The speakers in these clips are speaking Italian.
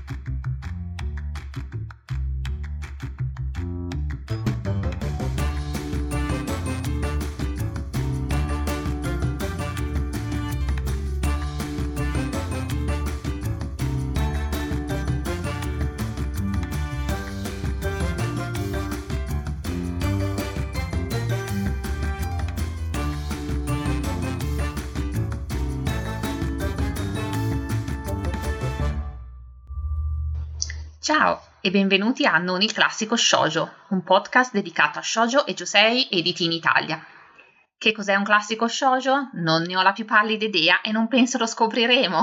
Ciao e benvenuti a Non il classico shoujo, un podcast dedicato a shoujo e josei editi in Italia. Che cos'è un classico shoujo? Non ne ho la più pallida idea e non penso lo scopriremo.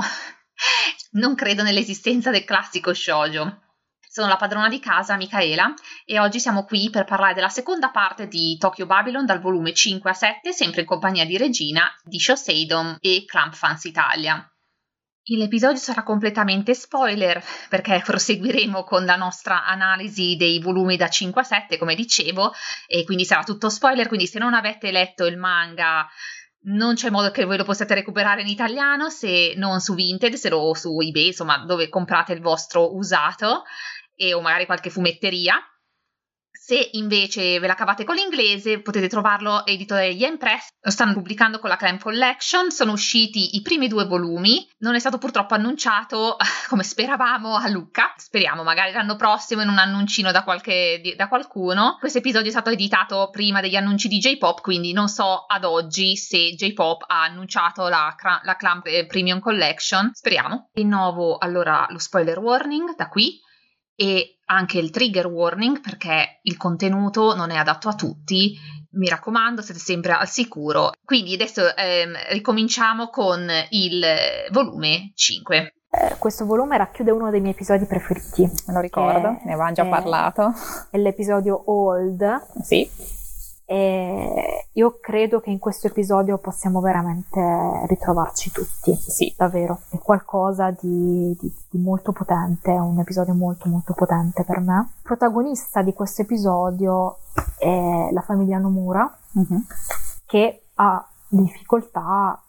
Non credo nell'esistenza del classico shoujo. Sono la padrona di casa, Michaela, e oggi siamo qui per parlare della seconda parte di Tokyo Babylon dal volume 5 a 7, sempre in compagnia di Regina, di Shoseidon e Clamp Fans Italia. L'episodio sarà completamente spoiler perché proseguiremo con la nostra analisi dei volumi da 5 a 7, come dicevo, e quindi sarà tutto spoiler, quindi se non avete letto il manga non c'è modo che voi lo possiate recuperare in italiano, se non su Vinted, se lo su eBay, insomma, dove comprate il vostro usato, o magari qualche fumetteria. Se invece ve la cavate con l'inglese, potete trovarlo editore Yen Press, lo stanno pubblicando con la Clamp Collection, sono usciti i primi 2 volumi, non è stato purtroppo annunciato come speravamo a Lucca, speriamo magari l'anno prossimo in un annuncino da qualcuno. Questo episodio è stato editato prima degli annunci di J-Pop, quindi non so ad oggi se J-Pop ha annunciato la Clamp Premium Collection, speriamo. Rinnovo allora lo spoiler warning da qui, e anche il trigger warning perché il contenuto non è adatto a tutti, mi raccomando, siete sempre al sicuro. Quindi adesso ricominciamo con il volume 5. Questo volume racchiude uno dei miei episodi preferiti. Me lo ricordo, ne avevamo già parlato. È l'episodio Old. Sì. E io credo che in questo episodio possiamo veramente ritrovarci tutti. Sì. Davvero, è qualcosa di molto potente, è un episodio molto molto potente per me. Il protagonista di questo episodio è la famiglia Nomura, che ha difficoltà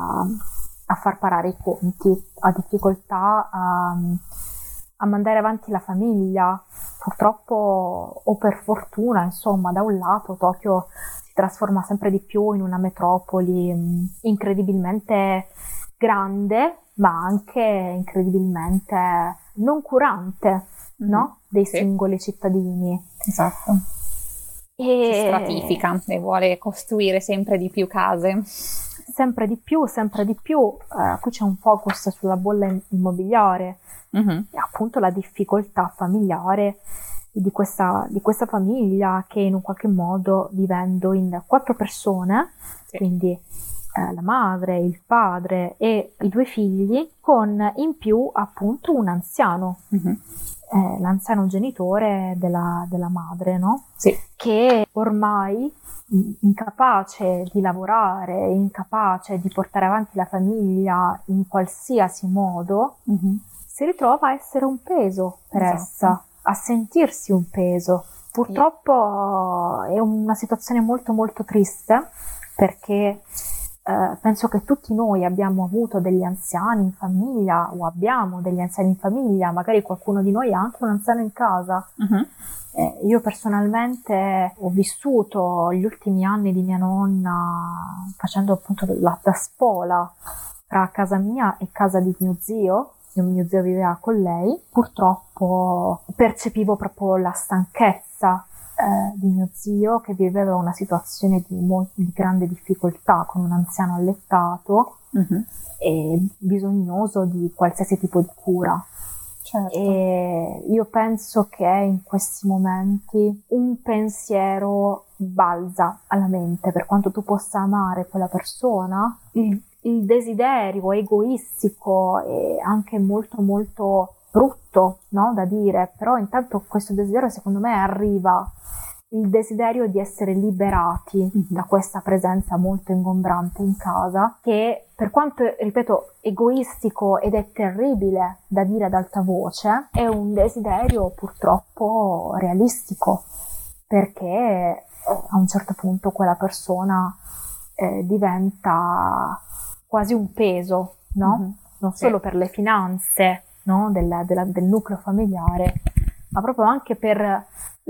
a far parare i conti, ha difficoltà a mandare avanti la famiglia. Purtroppo o per fortuna, insomma, da un lato Tokyo si trasforma sempre di più in una metropoli incredibilmente grande, ma anche incredibilmente non curante, no? Dei singoli cittadini. Esatto. Si stratifica e vuole costruire sempre di più case. Sempre di più. Qui c'è un focus sulla bolla immobiliare. E appunto la difficoltà familiare di questa famiglia che in un qualche modo, vivendo in 4 persone, quindi la madre, il padre e i 2 figli, con in più appunto un anziano, l'anziano genitore della madre, no? Sì. Che ormai incapace di lavorare, incapace di portare avanti la famiglia in qualsiasi modo, si ritrova a essere un peso per essa, a sentirsi un peso. Purtroppo è una situazione molto molto triste, perché penso che tutti noi abbiamo avuto degli anziani in famiglia, o abbiamo degli anziani in famiglia, magari qualcuno di noi ha anche un anziano in casa. Io personalmente ho vissuto gli ultimi anni di mia nonna facendo appunto da spola tra casa mia e casa di mio zio. Mio zio viveva con lei. Purtroppo percepivo proprio la stanchezza di mio zio, che viveva una situazione di grande difficoltà con un anziano allettato e bisognoso di qualsiasi tipo di cura. Certo. E io penso che in questi momenti un pensiero balza alla mente. Per quanto tu possa amare quella persona, il desiderio egoistico e anche molto molto brutto, no, da dire, però intanto questo desiderio secondo me arriva, il desiderio di essere liberati da questa presenza molto ingombrante in casa, che per quanto, ripeto, egoistico ed è terribile da dire ad alta voce, è un desiderio purtroppo realistico, perché a un certo punto quella persona diventa quasi un peso, no? Non solo per le finanze, no? Del nucleo familiare, ma proprio anche per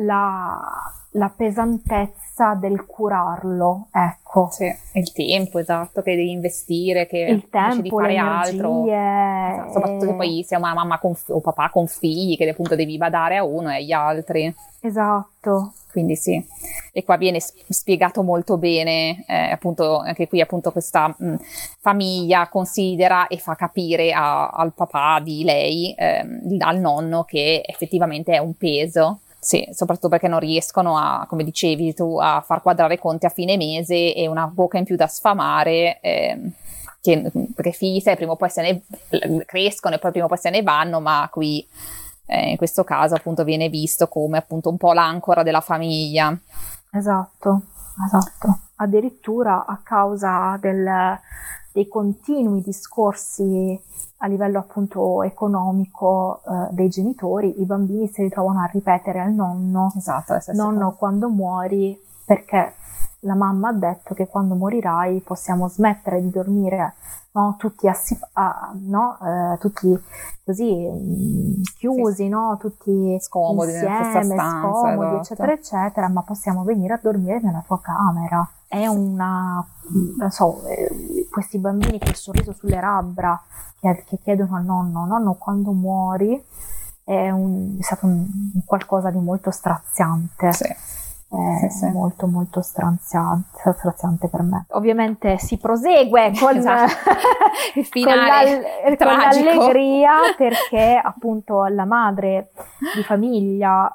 la pesantezza del curarlo, ecco. Sì, il tempo, esatto, che devi investire, che il tempo, invece di fare le altro. energie, Esatto, soprattutto che poi sei una mamma o papà con figli, che appunto devi badare a uno e agli altri. Esatto. Quindi sì, e qua viene spiegato molto bene, appunto anche qui appunto questa famiglia considera e fa capire al papà di lei, al nonno, che effettivamente è un peso. Sì, soprattutto perché non riescono a, come dicevi tu, a far quadrare i conti a fine mese e una bocca in più da sfamare, perché figli, sai, prima o poi se ne crescono e poi prima o poi se ne vanno, ma qui in questo caso appunto viene visto come appunto un po' l'ancora della famiglia. Esatto. Addirittura a causa dei continui discorsi a livello appunto economico dei genitori, i bambini si ritrovano a ripetere al nonno: esatto, nonno, quando muori, perché la mamma ha detto che quando morirai possiamo smettere di dormire, no? Tutti tutti così chiusi, sì. No? Tutti scomodi insieme, stanza, scomodi, esatto. eccetera, eccetera, ma possiamo venire a dormire nella tua camera. È non so, questi bambini con il sorriso sulle labbra che chiedono al nonno, quando muori, è stato un qualcosa di molto straziante. Sì. Sì. Molto molto straziante per me. Ovviamente si prosegue con, esatto. Il finale con l'allegria, perché appunto la madre di famiglia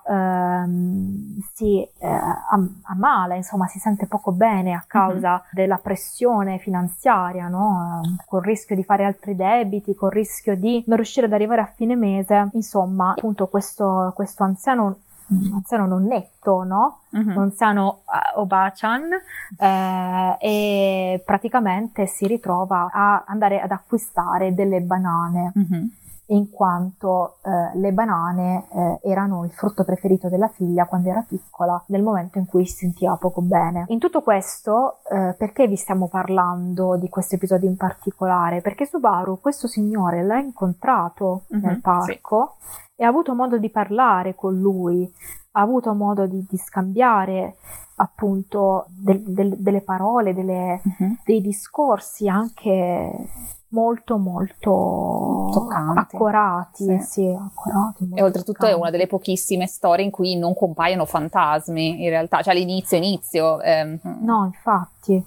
si ammala, insomma si sente poco bene a causa della pressione finanziaria, no? Col rischio di fare altri debiti, col rischio di non riuscire ad arrivare a fine mese. Insomma, appunto questo anziano nonnetto, no? Anziano Obachan, e praticamente si ritrova a andare ad acquistare delle banane, in quanto le banane erano il frutto preferito della figlia quando era piccola, nel momento in cui si sentiva poco bene. In tutto questo, perché vi stiamo parlando di questo episodio in particolare? Perché Subaru, questo signore, l'ha incontrato nel parco, sì. E ha avuto modo di parlare con lui, ha avuto modo di scambiare appunto delle parole, dei discorsi anche molto molto toccanti, accorati, sì, accorati, e oltretutto toccanti. È una delle pochissime storie in cui non compaiono fantasmi, in realtà, cioè all'inizio. No, infatti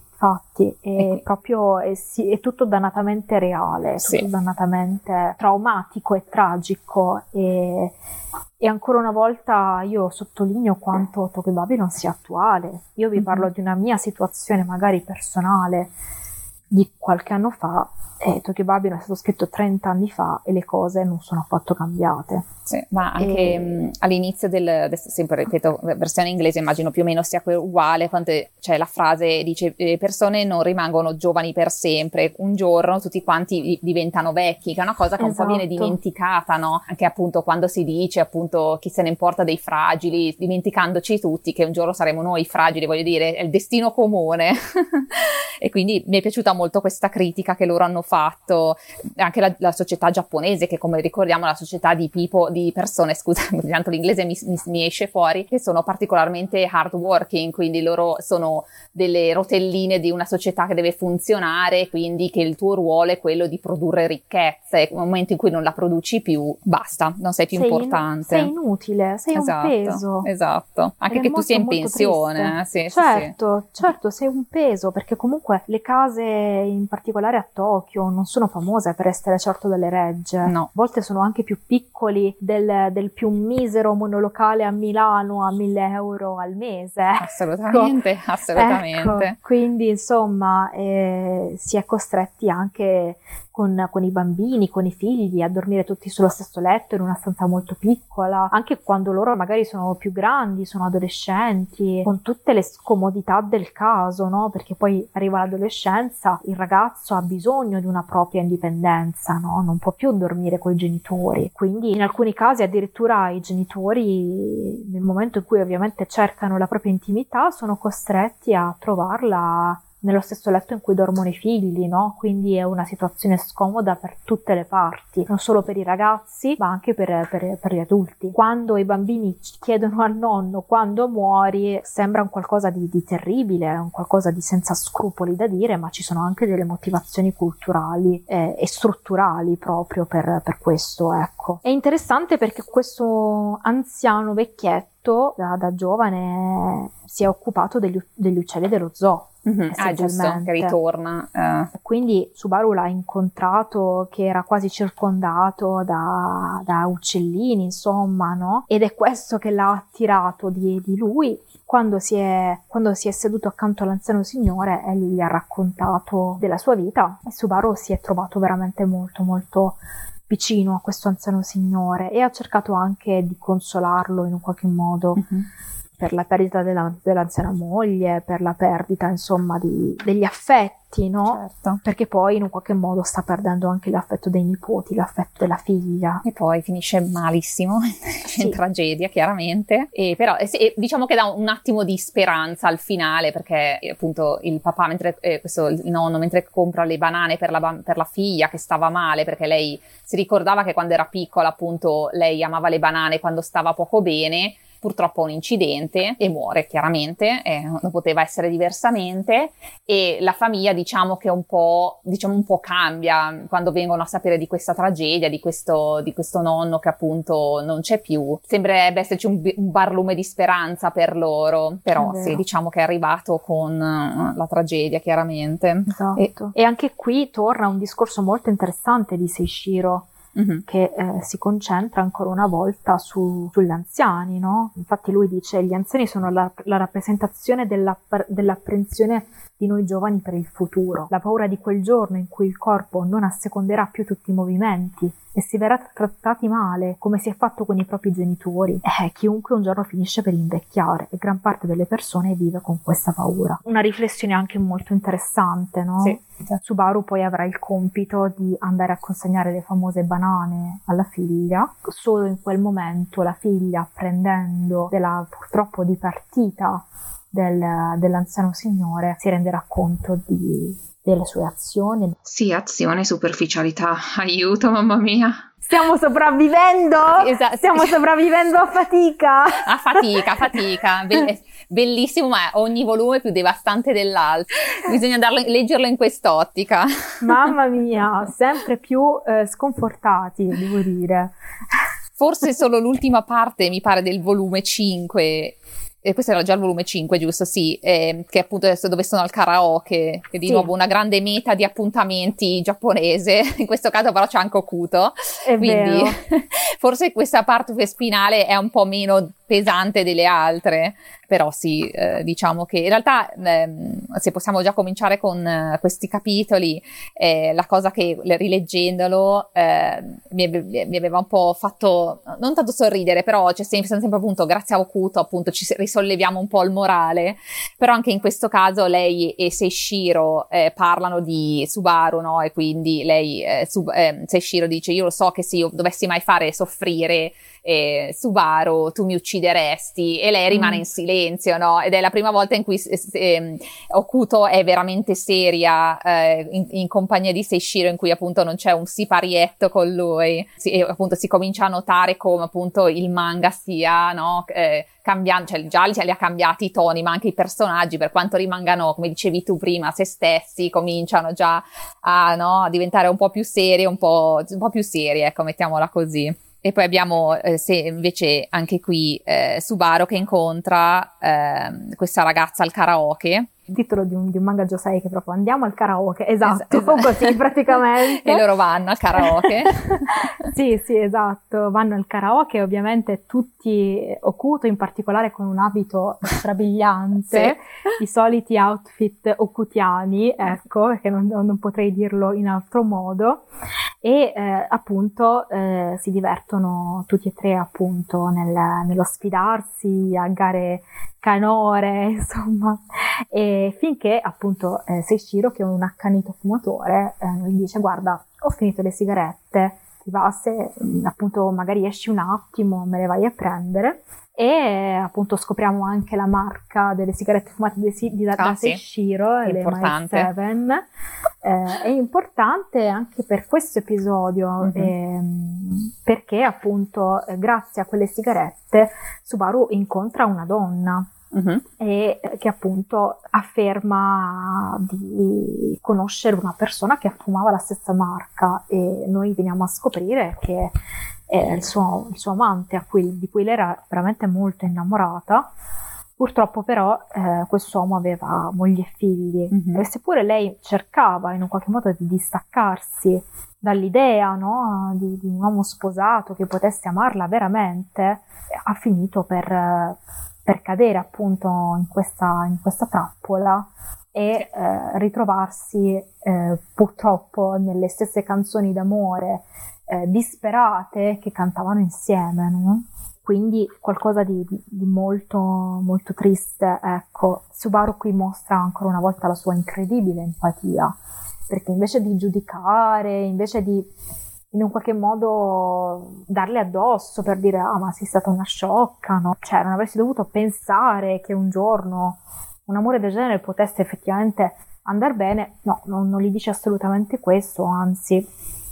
è proprio è tutto dannatamente reale, sì. Tutto dannatamente traumatico e tragico, e ancora una volta io sottolineo quanto Tokebabi non sia attuale. Io vi parlo di una mia situazione magari personale di qualche anno fa, e Tokebabi è stato scritto 30 anni fa e le cose non sono affatto cambiate. Sì, ma anche all'inizio sempre ripeto, versione inglese, immagino più o meno sia uguale, quando c'è la frase, dice: le persone non rimangono giovani per sempre, un giorno tutti quanti diventano vecchi, che è una cosa che un po' viene dimenticata, no? Anche appunto quando si dice appunto chi se ne importa dei fragili, dimenticandoci tutti che un giorno saremo noi fragili, voglio dire, è il destino comune. E quindi mi è piaciuta molto questa critica che loro hanno fatto, anche la società giapponese, che come ricordiamo è la società di persone, scusa, tanto l'inglese mi esce fuori, che sono particolarmente hard working, quindi loro sono delle rotelline di una società che deve funzionare, quindi che il tuo ruolo è quello di produrre ricchezza, e nel momento in cui non la produci più, basta, non sei più importante. Sei inutile, sei un peso. Esatto, anche che tu sia in pensione. Sì, certo, sei un peso, perché comunque le case, in particolare a Tokyo, non sono famose per essere certo delle regge. No. A volte sono anche più piccoli del più misero monolocale a Milano a 1.000 euro al mese. Assolutamente. Ecco, quindi insomma si è costretti anche con i bambini, con i figli, a dormire tutti sullo stesso letto in una stanza molto piccola, anche quando loro magari sono più grandi, sono adolescenti, con tutte le scomodità del caso, no? Perché poi arriva l'adolescenza, il ragazzo ha bisogno di una propria indipendenza, no? Non può più dormire coi genitori, quindi in alcuni casi addirittura i genitori, nel momento in cui ovviamente cercano la propria intimità, sono costretti a trovarla nello stesso letto in cui dormono i figli, no? Quindi è una situazione scomoda per tutte le parti, non solo per i ragazzi ma anche per gli adulti. Quando i bambini chiedono al nonno quando muori sembra un qualcosa di terribile, un qualcosa di senza scrupoli da dire, ma ci sono anche delle motivazioni culturali e strutturali proprio per questo, ecco. È interessante perché questo anziano vecchietto da giovane si è occupato degli uccelli dello zoo. Giusto, che ritorna. Quindi Subaru l'ha incontrato che era quasi circondato da uccellini, insomma, no? Ed è questo che l'ha attirato di lui. Quando si è seduto accanto all'anziano signore, egli gli ha raccontato della sua vita e Subaru si è trovato veramente molto molto vicino a questo anziano signore e ha cercato anche di consolarlo in un qualche modo. Per la perdita dell'anziana moglie, per la perdita insomma degli affetti, no? Certo. Perché poi in un qualche modo sta perdendo anche l'affetto dei nipoti, l'affetto della figlia. E poi finisce malissimo, in tragedia chiaramente, però diciamo che dà un attimo di speranza al finale, perché appunto il papà, il nonno, mentre compra le banane per la figlia che stava male, perché lei si ricordava che quando era piccola appunto lei amava le banane quando stava poco bene, purtroppo un incidente e muore chiaramente, non poteva essere diversamente, e la famiglia diciamo che un po' cambia quando vengono a sapere di questa tragedia, di questo nonno che appunto non c'è più. Sembrerebbe esserci un barlume di speranza per loro, però sì, diciamo che è arrivato con la tragedia chiaramente. Esatto. E anche qui torna un discorso molto interessante di Seishiro, che si concentra ancora una volta sugli anziani, no? Infatti lui dice: gli anziani sono la rappresentazione dell'apprensione di noi giovani per il futuro, la paura di quel giorno in cui il corpo non asseconderà più tutti i movimenti e si verrà trattati male, come si è fatto con i propri genitori. Chiunque un giorno finisce per invecchiare e gran parte delle persone vive con questa paura. Una riflessione anche molto interessante, no? Sì. Subaru poi avrà il compito di andare a consegnare le famose banane alla figlia. Solo in quel momento la figlia, apprendendo della purtroppo dipartita dell'anziano signore, si renderà conto delle sue azioni. Sì, azione, superficialità, aiuto, mamma mia. Stiamo sopravvivendo? Esatto. Stiamo sopravvivendo a fatica. A fatica. Bellissimo, ma ogni volume è più devastante dell'altro. Bisogna leggerlo in quest'ottica. Mamma mia, sempre più sconfortati, devo dire. Forse solo l'ultima parte, mi pare, del volume 5. Questo era già il volume 5, giusto? Sì, che appunto adesso dove sono al karaoke, che di nuovo una grande meta di appuntamenti giapponese, in questo caso però c'è anche Okuto, quindi vero. Forse questa parte finale è un po' meno pesante delle altre, però sì, diciamo che in realtà se possiamo già cominciare con questi capitoli, la cosa che rileggendolo mi aveva un po' fatto non tanto sorridere, però c'è sempre appunto grazie a Okuto appunto ci risolleviamo un po' il morale, però anche in questo caso lei e Seishiro parlano di Subaru, no? E quindi lei Seishiro dice: io lo so che se io dovessi mai fare soffrire Subaru tu mi uccideresti, e lei rimane in silenzio, no? Ed è la prima volta in cui Okuto è veramente seria in compagnia di Seishiro, in cui appunto non c'è un siparietto con lui, e appunto si comincia a notare come appunto il manga stia, no? Cambiando, cioè già li ha cambiati i toni, ma anche i personaggi, per quanto rimangano, come dicevi tu prima, se stessi, cominciano già a diventare un po' più serie, un po' più serie, ecco, mettiamola così. E poi abbiamo invece anche qui Subaru che incontra questa ragazza al karaoke. Il titolo di un manga josei che proprio andiamo al karaoke, esatto. Così praticamente. E loro vanno al karaoke. sì, esatto, vanno al karaoke, ovviamente tutti Okuto in particolare con un abito strabiliante, sì. I soliti outfit okutiani, ecco, perché non potrei dirlo in altro modo, e appunto si divertono tutti e tre appunto nello sfidarsi a gare canore, insomma, e finché appunto Seishiro, che è un accanito fumatore, gli dice: guarda, ho finito le sigarette, va, se appunto magari esci un attimo, me le vai a prendere. E appunto scopriamo anche la marca delle sigarette fumate da Seishiro, le Miles 7. È importante anche per questo episodio, perché appunto grazie a quelle sigarette Subaru incontra una donna. E che appunto afferma di conoscere una persona che fumava la stessa marca, e noi veniamo a scoprire che è il suo amante, di cui lei era veramente molto innamorata. Purtroppo però quest'uomo aveva moglie e figli, e seppure lei cercava in un qualche modo di distaccarsi dall'idea, no, di un uomo sposato che potesse amarla veramente, ha finito per cadere appunto in questa trappola e ritrovarsi purtroppo nelle stesse canzoni d'amore disperate che cantavano insieme, no? Quindi qualcosa di molto molto triste. Ecco, Subaru qui mostra ancora una volta la sua incredibile empatia, perché invece di giudicare, invece di in un qualche modo darle addosso per dire ma sei stata una sciocca, no? Cioè non avresti dovuto pensare che un giorno un amore del genere potesse effettivamente andar bene. No, non gli dice assolutamente questo, anzi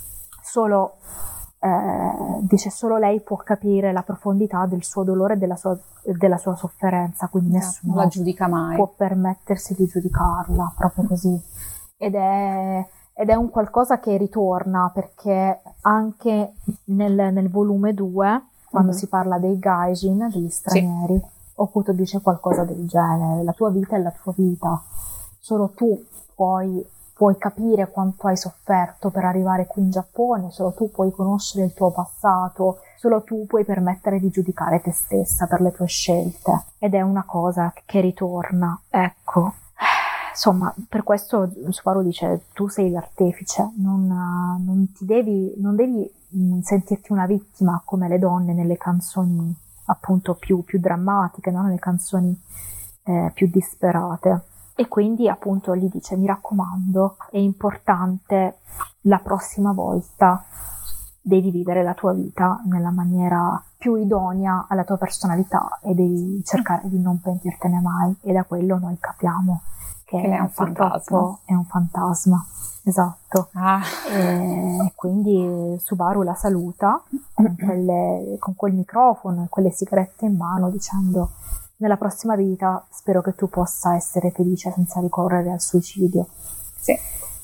dice solo lei può capire la profondità del suo dolore e della sua sofferenza, quindi nessuno la giudica mai, può permettersi di giudicarla, proprio così. Ed è un qualcosa che ritorna, perché anche nel volume 2, quando si parla dei gaijin, degli stranieri, Hokuto dice qualcosa del genere: la tua vita è la tua vita, solo tu puoi capire quanto hai sofferto per arrivare qui in Giappone, solo tu puoi conoscere il tuo passato, solo tu puoi permettere di giudicare te stessa per le tue scelte. Ed è una cosa che ritorna, ecco. Insomma, per questo Subaru dice: tu sei l'artefice, non devi sentirti una vittima come le donne nelle canzoni appunto più drammatiche, no? Nelle canzoni più disperate. E quindi appunto gli dice: mi raccomando, è importante, la prossima volta devi vivere la tua vita nella maniera più idonea alla tua personalità e devi cercare di non pentirtene mai. E da quello noi capiamo che è un fantasma. È un fantasma, esatto. E quindi Subaru la saluta con quel microfono e quelle sigarette in mano, dicendo: nella prossima vita spero che tu possa essere felice senza ricorrere al suicidio. Sì.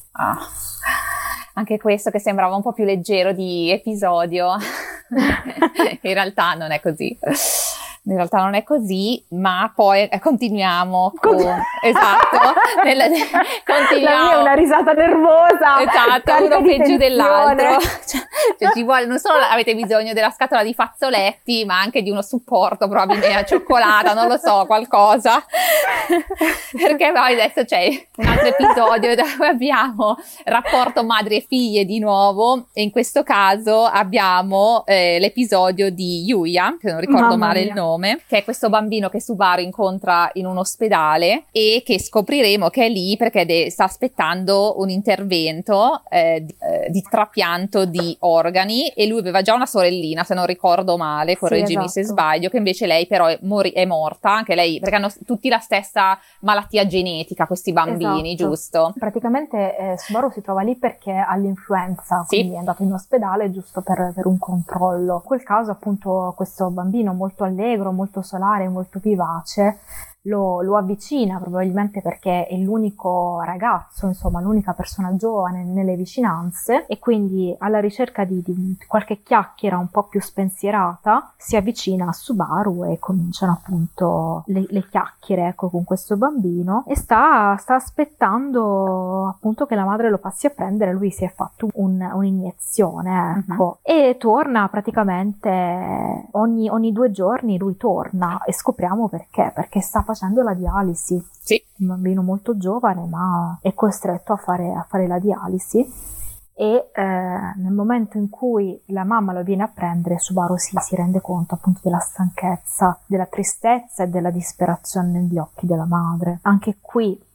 Anche questo che sembrava un po' più leggero di episodio, in realtà non è così. In realtà non è così, ma poi continuiamo con... Esatto. Continuiamo. La mia è una risata nervosa. Esatto, uno peggio dell'altro. Cioè, ci vuole, non solo avete bisogno della scatola di fazzoletti, ma anche di uno supporto, probabilmente a cioccolata, non lo so, qualcosa. Perché poi adesso c'è un altro episodio dove abbiamo rapporto madre e figlie di nuovo, e in questo caso abbiamo l'episodio di Yuya, se non ricordo male il nome, che è questo bambino che Subaru incontra in un ospedale e che scopriremo che è lì perché sta aspettando un intervento di trapianto di organi, e lui aveva già una sorellina, se non ricordo male, correggimi se sbaglio, che invece lei però è morta, anche lei, perché hanno tutti la stessa malattia genetica questi bambini, giusto? Praticamente Subaru si trova lì perché ha l'influenza, quindi è andato in ospedale giusto per un controllo. In quel caso appunto questo bambino molto allegro, molto solare, molto vivace lo avvicina, probabilmente perché è l'unico ragazzo, insomma l'unica persona giovane nelle vicinanze, e quindi alla ricerca di qualche chiacchiera un po' più spensierata si avvicina a Subaru e cominciano appunto le chiacchiere, ecco, con questo bambino, e sta aspettando appunto che la madre lo passi a prendere. Lui si è fatto un'iniezione, ecco, e torna praticamente ogni 2 giorni. Lui torna e scopriamo perché sta facendo la dialisi. Sì. Un bambino molto giovane, ma è costretto a fare la dialisi, e nel momento in cui la mamma lo viene a prendere, Subaru si rende conto appunto della stanchezza, della tristezza e della disperazione negli occhi della madre. Anche qui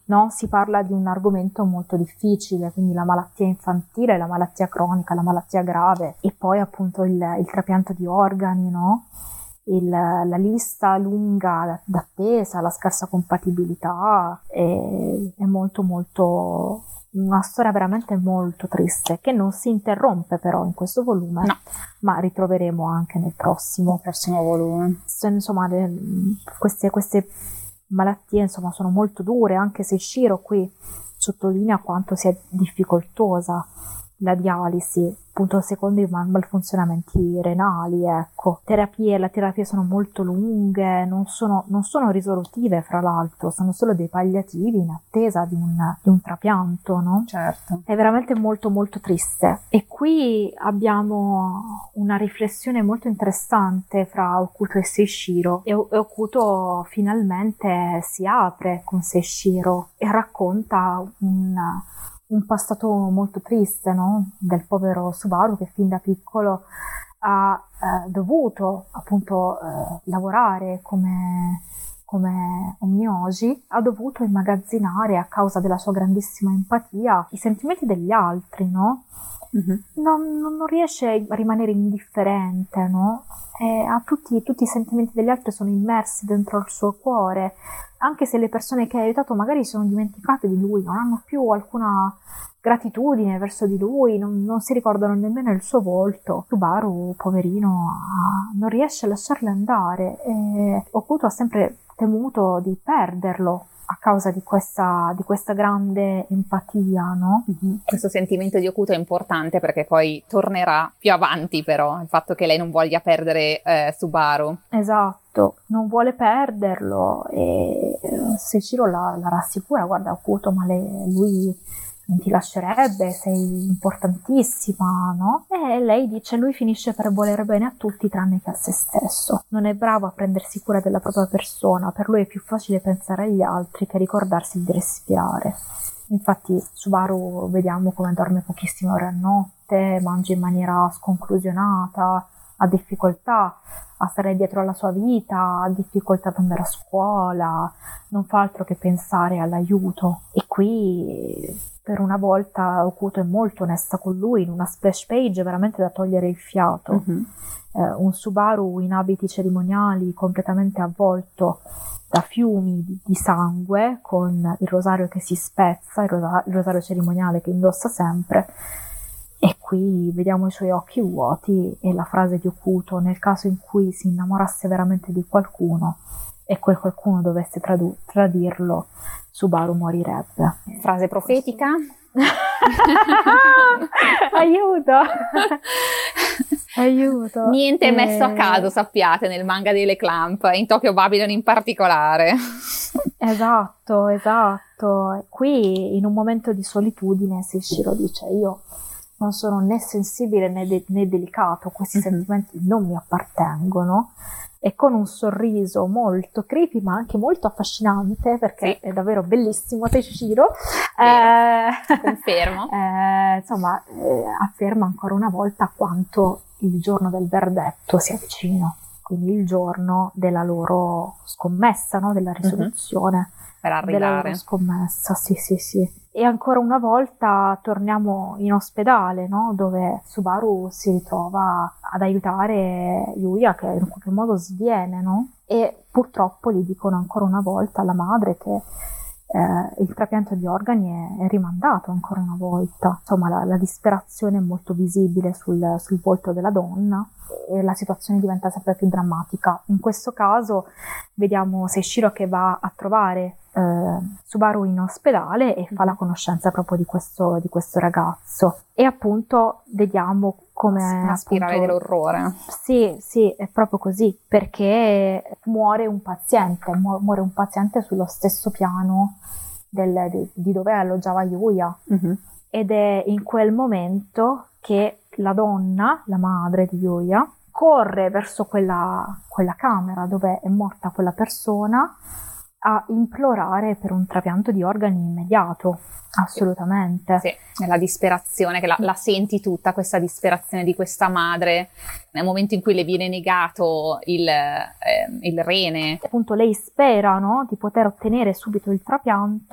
no? Si parla di un argomento molto difficile, quindi la malattia infantile, la malattia cronica, la malattia grave e poi appunto il trapianto di organi, no? La lista lunga d'attesa, la scarsa compatibilità è molto molto una storia veramente molto triste che non si interrompe però in questo volume, no, ma ritroveremo anche nel prossimo volume. Insomma, queste malattie insomma sono molto dure, anche se Shiro qui sottolinea quanto sia difficoltosa la dialisi, appunto secondo i malfunzionamenti renali, ecco. Le terapie sono molto lunghe, non sono risolutive, fra l'altro, sono solo dei palliativi in attesa di un trapianto, no? Certo. È veramente molto molto triste. E qui abbiamo una riflessione molto interessante fra Okuto e Seishiro. E Okuto finalmente si apre con Seishiro e racconta un passato molto triste, no? Del povero Subaru che fin da piccolo ha dovuto appunto lavorare come Onmyoji, ha dovuto immagazzinare a causa della sua grandissima empatia i sentimenti degli altri, no? Mm-hmm. Non riesce a rimanere indifferente, no? Tutti i sentimenti degli altri sono immersi dentro il suo cuore, anche se le persone che ha aiutato magari sono dimenticate di lui, non hanno più alcuna gratitudine verso di lui, non si ricordano nemmeno il suo volto. Subaru, poverino, non riesce a lasciarle andare e Okuto ha sempre temuto di perderlo a causa di questa grande empatia, no? Mm-hmm. Questo sentimento di Okuto è importante perché poi tornerà più avanti, però, il fatto che lei non voglia perdere Subaru. Esatto, non vuole perderlo e Seishiro la rassicura, guarda Okuto, ma lui non ti lascerebbe, sei importantissima, no? E lei dice, lui finisce per voler bene a tutti tranne che a se stesso. Non è bravo a prendersi cura della propria persona, per lui è più facile pensare agli altri che ricordarsi di respirare. Infatti Subaru vediamo come dorme pochissime ore a notte, mangia in maniera sconclusionata, ha difficoltà a stare dietro alla sua vita, ha difficoltà ad andare a scuola, non fa altro che pensare all'aiuto. E qui per una volta Okuto è molto onesta con lui, in una splash page veramente da togliere il fiato. Mm-hmm. Un Subaru in abiti cerimoniali completamente avvolto da fiumi di sangue, con il rosario che si spezza, il rosario cerimoniale che indossa sempre. E qui vediamo i suoi occhi vuoti e la frase di Okuto: nel caso in cui si innamorasse veramente di qualcuno e quel qualcuno dovesse tradirlo, Subaru morirebbe. Frase profetica? Aiuto! Niente è messo a caso, sappiate, nel manga delle Clamp, in Tokyo Babylon in particolare. Esatto. Qui in un momento di solitudine Seishiro dice: io non sono né sensibile né delicato, questi sentimenti non mi appartengono. E con un sorriso molto creepy ma anche molto affascinante, perché è davvero bellissimo Seishiro, confermo, afferma ancora una volta quanto il giorno del verdetto sia vicino, quindi il giorno della loro scommessa, no? Della risoluzione per arrivare. Della loro scommessa, sì. E ancora una volta torniamo in ospedale, no? Dove Subaru si ritrova ad aiutare Yuya, che in qualche modo sviene, no? E purtroppo gli dicono ancora una volta alla madre che il trapianto di organi è rimandato ancora una volta. Insomma, la disperazione è molto visibile sul volto della donna e la situazione diventa sempre più drammatica. In questo caso vediamo Seishiro che va a trovare Subaru in ospedale e fa la conoscenza proprio di questo ragazzo, e appunto vediamo come una spirale dell'orrore. Sì, è proprio così, perché muore un paziente sullo stesso piano di dove alloggiava Yuya. Ed è in quel momento che la donna, la madre di Yuya, corre verso quella camera dove è morta quella persona a implorare per un trapianto di organi immediato, assolutamente. Sì, nella disperazione, che la senti tutta, questa disperazione di questa madre, nel momento in cui le viene negato il rene. Appunto lei spera, no, di poter ottenere subito il trapianto,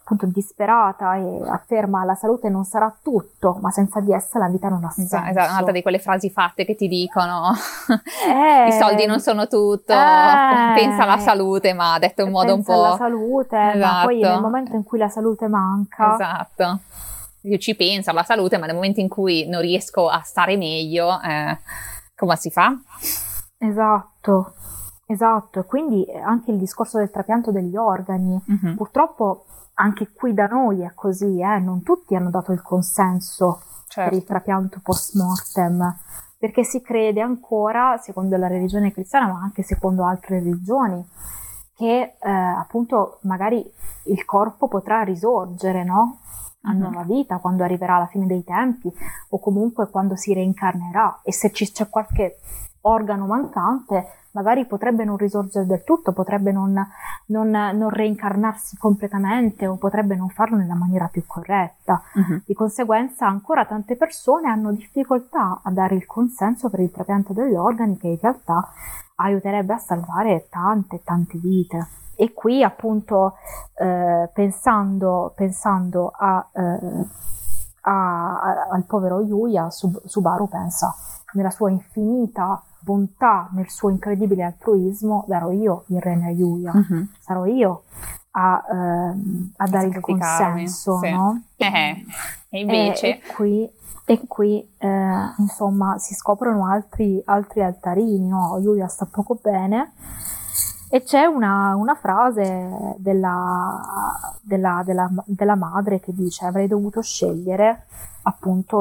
appunto disperata e afferma: la salute non sarà tutto, ma senza di essa la vita non ha senso. Esatto, un'altra di quelle frasi fatte che ti dicono i soldi non sono tutto, pensa alla salute, ma detto in modo un po'... Pensa alla salute, ma poi nel momento in cui la salute manca... Esatto. Io ci penso alla salute, ma nel momento in cui non riesco a stare meglio, come si fa? Esatto. Quindi anche il discorso del trapianto degli organi, purtroppo anche qui da noi è così, non tutti hanno dato il consenso per il trapianto post mortem, perché si crede ancora, secondo la religione cristiana, ma anche secondo altre religioni, che appunto magari il corpo potrà risorgere, no? A nuova vita quando arriverà la fine dei tempi, o comunque quando si reincarnerà, e se c'è qualche organo mancante magari potrebbe non risorgere del tutto, potrebbe non reincarnarsi completamente, o potrebbe non farlo nella maniera più corretta. Di conseguenza ancora tante persone hanno difficoltà a dare il consenso per il trapianto degli organi, che in realtà aiuterebbe a salvare tante vite. E qui appunto pensando al povero Yuya, Subaru pensa: nella sua infinita bontà, nel suo incredibile altruismo, darò io il rene a Yuya, sarò io a dare il consenso, sì. No? E invece e qui insomma si scoprono altri altarini, no? Yuya sta poco bene. E c'è una frase della madre che dice: avrei dovuto scegliere appunto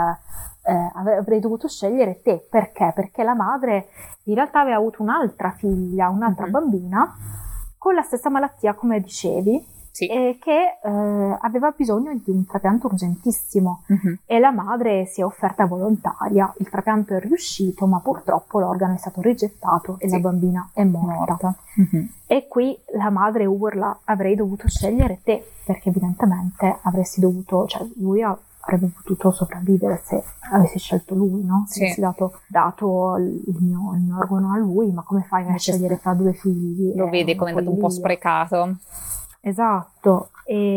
avrei dovuto scegliere te. Perché? Perché la madre in realtà aveva avuto un'altra figlia, un'altra bambina con la stessa malattia, come dicevi, e che aveva bisogno di un trapianto urgentissimo, e la madre si è offerta volontaria. Il trapianto è riuscito, ma purtroppo l'organo è stato rigettato e la bambina è morta. E qui la madre urla: avrei dovuto scegliere te, perché evidentemente avresti dovuto, cioè lui avrebbe potuto sopravvivere se avessi scelto lui, no? Se avessi dato il mio organo a lui, ma come fai a scegliere fra due figli? Lo vede come è andato un po' sprecato. Esatto,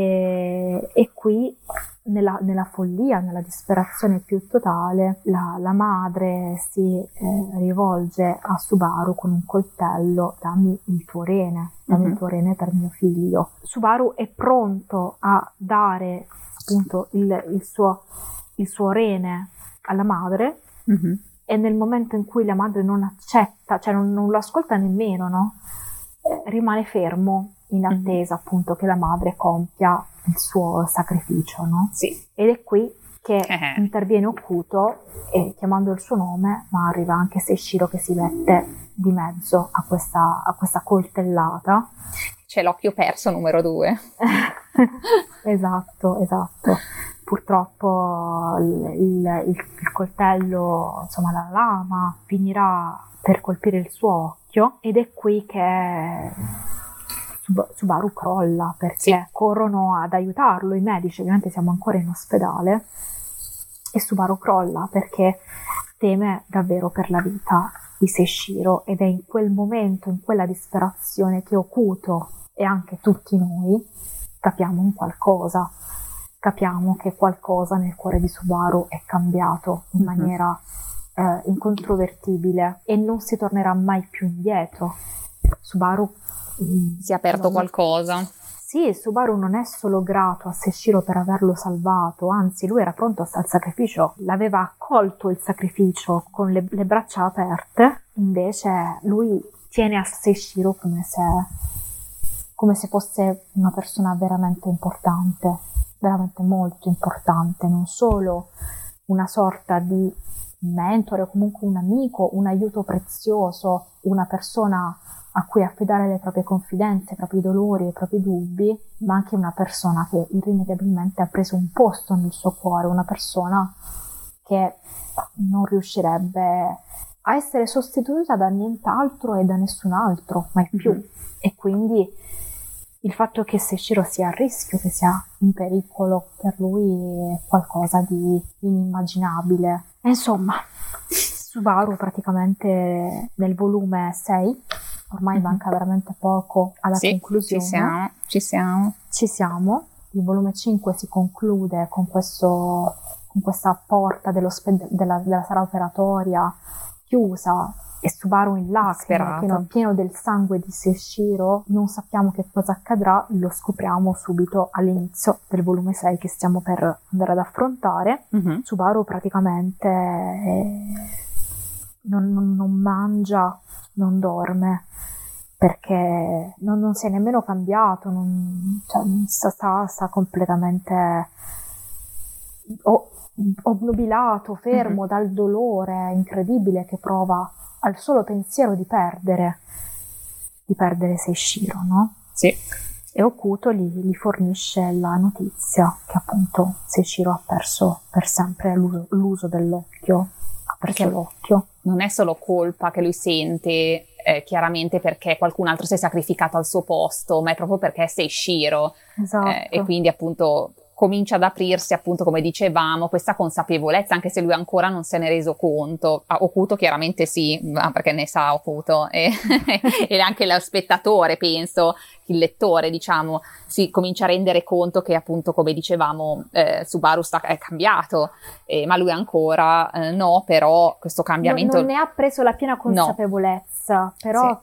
e qui nella follia, nella disperazione più totale, la madre si rivolge a Subaru con un coltello: dammi il tuo rene per mio figlio. Subaru è pronto a dare appunto il suo rene alla madre, e nel momento in cui la madre non accetta, cioè non lo ascolta nemmeno, no? Rimane fermo in attesa appunto che la madre compia il suo sacrificio, no? Ed è qui che interviene Okuto, chiamando il suo nome, ma arriva anche Seishiro che si mette di mezzo a questa coltellata. C'è l'occhio perso numero 2. Esatto. Purtroppo il coltello, insomma la lama, finirà per colpire il suo occhio, ed è qui che Subaru crolla, perché corrono ad aiutarlo i medici. Ovviamente siamo ancora in ospedale, e Subaru crolla perché teme davvero per la vita di Seishiro, ed è in quel momento, in quella disperazione, che Okuto e anche tutti noi capiamo che qualcosa nel cuore di Subaru è cambiato in maniera incontrovertibile, e non si tornerà mai più indietro. Subaru si è aperto qualcosa. Sì, Subaru non è solo grato a Seishiro per averlo salvato, anzi lui era pronto al sacrificio, l'aveva accolto il sacrificio con le braccia aperte. Invece lui tiene a Seishiro come se fosse una persona veramente importante, veramente molto importante, non solo una sorta di mentore, o comunque un amico, un aiuto prezioso, una persona a cui affidare le proprie confidenze, i propri dolori, i propri dubbi, ma anche una persona che irrimediabilmente ha preso un posto nel suo cuore, una persona che non riuscirebbe a essere sostituita da nient'altro e da nessun altro, mai più. E quindi il fatto che Seishiro sia a rischio, che sia in pericolo, per lui è qualcosa di inimmaginabile. E insomma, Subaru praticamente nel volume 6, ormai manca veramente poco alla conclusione. Ci siamo. il volume 5 si conclude con questa porta della sala operatoria chiusa e Subaru in lacrime, pieno del sangue di Seishiro. Non sappiamo che cosa accadrà, lo scopriamo subito all'inizio del volume 6 che stiamo per andare ad affrontare. Subaru praticamente non mangia, non dorme, perché non si è nemmeno cambiato, sta completamente obnubilato, fermo dal dolore incredibile che prova al solo pensiero di perdere Seishiro, no? Sì. E Okuto gli fornisce la notizia che appunto Seishiro ha perso per sempre l'uso dell'occhio. Ha perso l'occhio. Non è solo colpa che lui sente, chiaramente perché qualcun altro si è sacrificato al suo posto, ma è proprio perché è Seishiro. Esatto. E quindi appunto comincia ad aprirsi, appunto, come dicevamo, questa consapevolezza, anche se lui ancora non se ne è reso conto. Okuto chiaramente sì, perché ne sa Okuto, e anche lo spettatore, penso, il lettore, diciamo, si comincia a rendere conto che, appunto, come dicevamo, Subaru è cambiato, ma lui ancora no, però questo cambiamento... Non ne ha preso la piena consapevolezza, però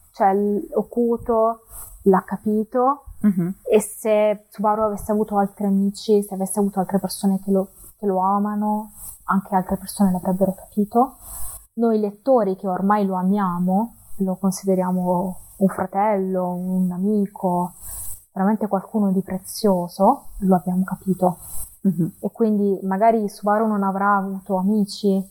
Okuto l'ha capito. E se Subaru avesse avuto altri amici, se avesse avuto altre persone che lo amano, anche altre persone l'avrebbero capito. Noi lettori che ormai lo amiamo, lo consideriamo un fratello, un amico, veramente qualcuno di prezioso, lo abbiamo capito. E quindi magari Subaru non avrà avuto amici,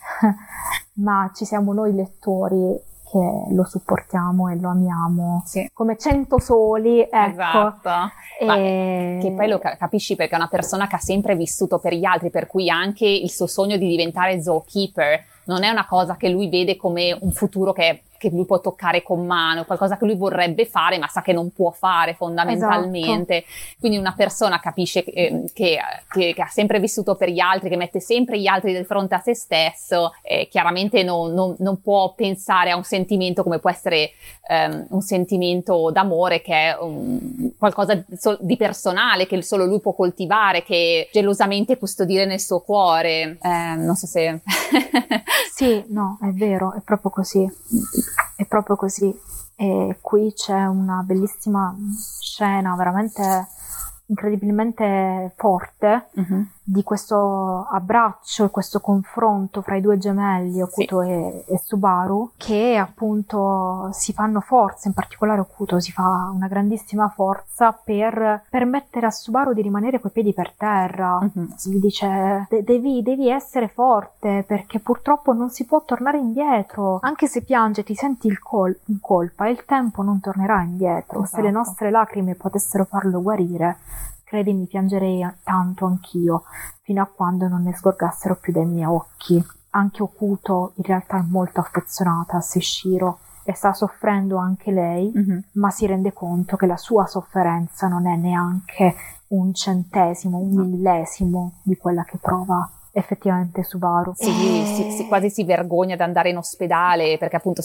ma ci siamo noi lettori che lo supportiamo e lo amiamo come 100 soli, ecco. Esatto. Che poi lo capisci perché è una persona che ha sempre vissuto per gli altri, per cui anche il suo sogno di diventare Zookeeper non è una cosa che lui vede come un futuro che lui può toccare con mano, qualcosa che lui vorrebbe fare ma sa che non può fare fondamentalmente. Esatto. Quindi una persona capisce che ha sempre vissuto per gli altri, che mette sempre gli altri di fronte a se stesso, chiaramente non può pensare a un sentimento come può essere un sentimento d'amore, che è qualcosa di personale, che solo lui può coltivare, che gelosamente custodire nel suo cuore. Non so se... Sì, no, è vero, è proprio così. È proprio così. E qui c'è una bellissima scena veramente incredibilmente forte di questo abbraccio e questo confronto fra i due gemelli, Okuto e Subaru, che appunto si fanno forza, in particolare Okuto si fa una grandissima forza per permettere a Subaru di rimanere coi piedi per terra. Gli dice devi essere forte, perché purtroppo non si può tornare indietro, anche se piange ti senti in colpa e il tempo non tornerà indietro. Esatto. Se le nostre lacrime potessero farlo guarire, credimi, piangerei tanto anch'io, fino a quando non ne sgorgassero più dai miei occhi. Anche Okuto in realtà è molto affezionata a Seishiro e sta soffrendo anche lei, ma si rende conto che la sua sofferenza non è neanche un centesimo, un millesimo di quella che prova effettivamente Subaru. Quasi si vergogna ad andare in ospedale, perché appunto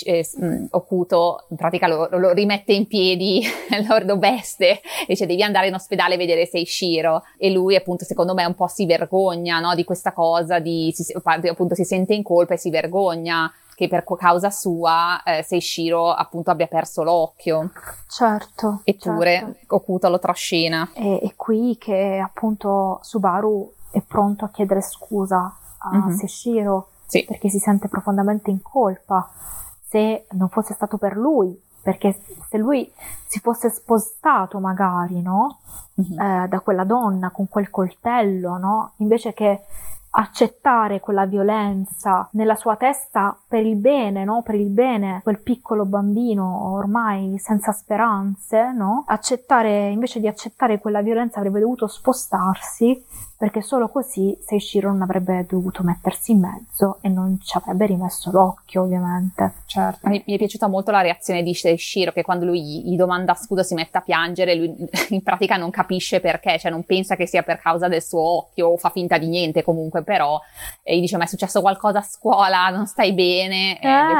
Okuto in pratica lo rimette in piedi, lo veste, dice devi andare in ospedale a vedere Seishiro, e lui appunto secondo me un po' si vergogna, no, di questa cosa, appunto si sente in colpa e si vergogna che per causa sua Seishiro appunto abbia perso l'occhio. Certo. Eppure Okuto lo trascina. È qui che appunto Subaru è pronto a chiedere scusa a Seishiro, perché si sente profondamente in colpa. Se non fosse stato per lui, perché se lui si fosse spostato magari, no? Da quella donna con quel coltello, no? Invece che accettare quella violenza nella sua testa per il bene, no? Per il bene, quel piccolo bambino ormai senza speranze, no? Invece di accettare quella violenza avrebbe dovuto spostarsi, perché solo così Seishiro non avrebbe dovuto mettersi in mezzo e non ci avrebbe rimesso l'occhio, ovviamente. Certo. Mi è piaciuta molto la reazione di Seishiro, che quando lui gli domanda scusa si mette a piangere, lui in pratica non capisce perché, cioè non pensa che sia per causa del suo occhio, o fa finta di niente comunque, però gli dice ma è successo qualcosa a scuola, non stai bene? bene.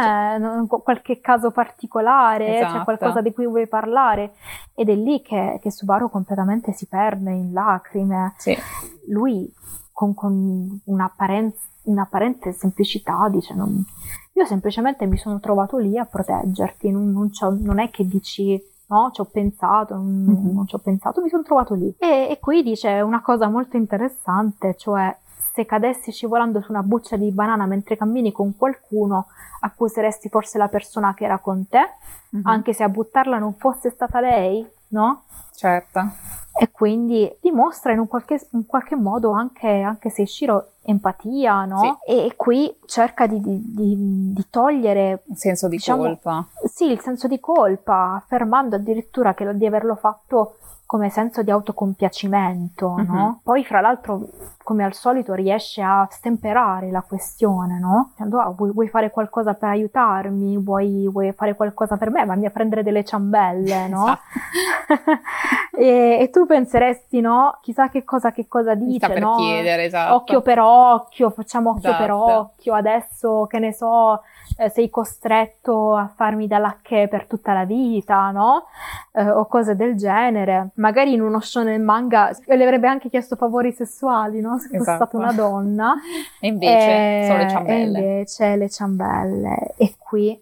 Qualche caso particolare, esatto. C'è qualcosa di cui vuoi parlare, ed è lì che Subaru completamente si perde in lacrime. Sì. Lui con un'apparente semplicità dice: io semplicemente mi sono trovato lì a proteggerti, non è che dici no, ci ho pensato, non ci ho pensato, mi sono trovato lì. E qui dice una cosa molto interessante, cioè: se cadessi scivolando su una buccia di banana mentre cammini con qualcuno, accuseresti forse la persona che era con te, anche se a buttarla non fosse stata lei, no? Certo. E quindi dimostra in un qualche modo anche Seishiro empatia, no? Sì. E qui cerca di togliere un senso di colpa. Sì, il senso di colpa, affermando addirittura di averlo fatto come senso di autocompiacimento, no? Poi fra l'altro, come al solito, riesce a stemperare la questione, no? Dicendo: vuoi fare qualcosa per aiutarmi? Vuoi fare qualcosa per me? Vanni a prendere delle ciambelle, no? Esatto. e tu penseresti, no? Chissà che cosa dice, sta per no? chiedere, esatto. Occhio per occhio, facciamo occhio per Esatto. occhio, adesso che ne so, sei costretto a farmi da lacchè per tutta la vita, no? O cose del genere. Magari in uno shonen manga le avrebbe anche chiesto favori sessuali, no? Se fosse stata una donna. E invece sono le ciambelle. E invece le ciambelle. E qui,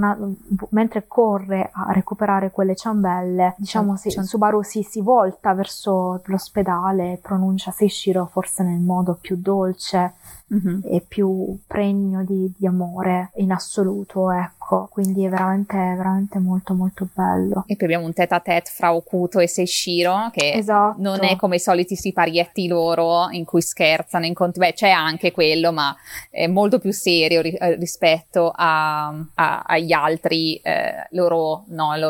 mentre corre a recuperare quelle ciambelle, diciamo, Subaru si volta verso l'ospedale e pronuncia Seishiro forse nel modo più dolce e più pregno di amore in assoluto, ecco. Quindi è veramente, veramente molto molto bello. E poi abbiamo un tête-à-tête fra Okuto e Seishiro, che esatto. non è come i soliti siparietti loro in cui scherzano, c'è anche quello, ma è molto più serio rispetto agli altri loro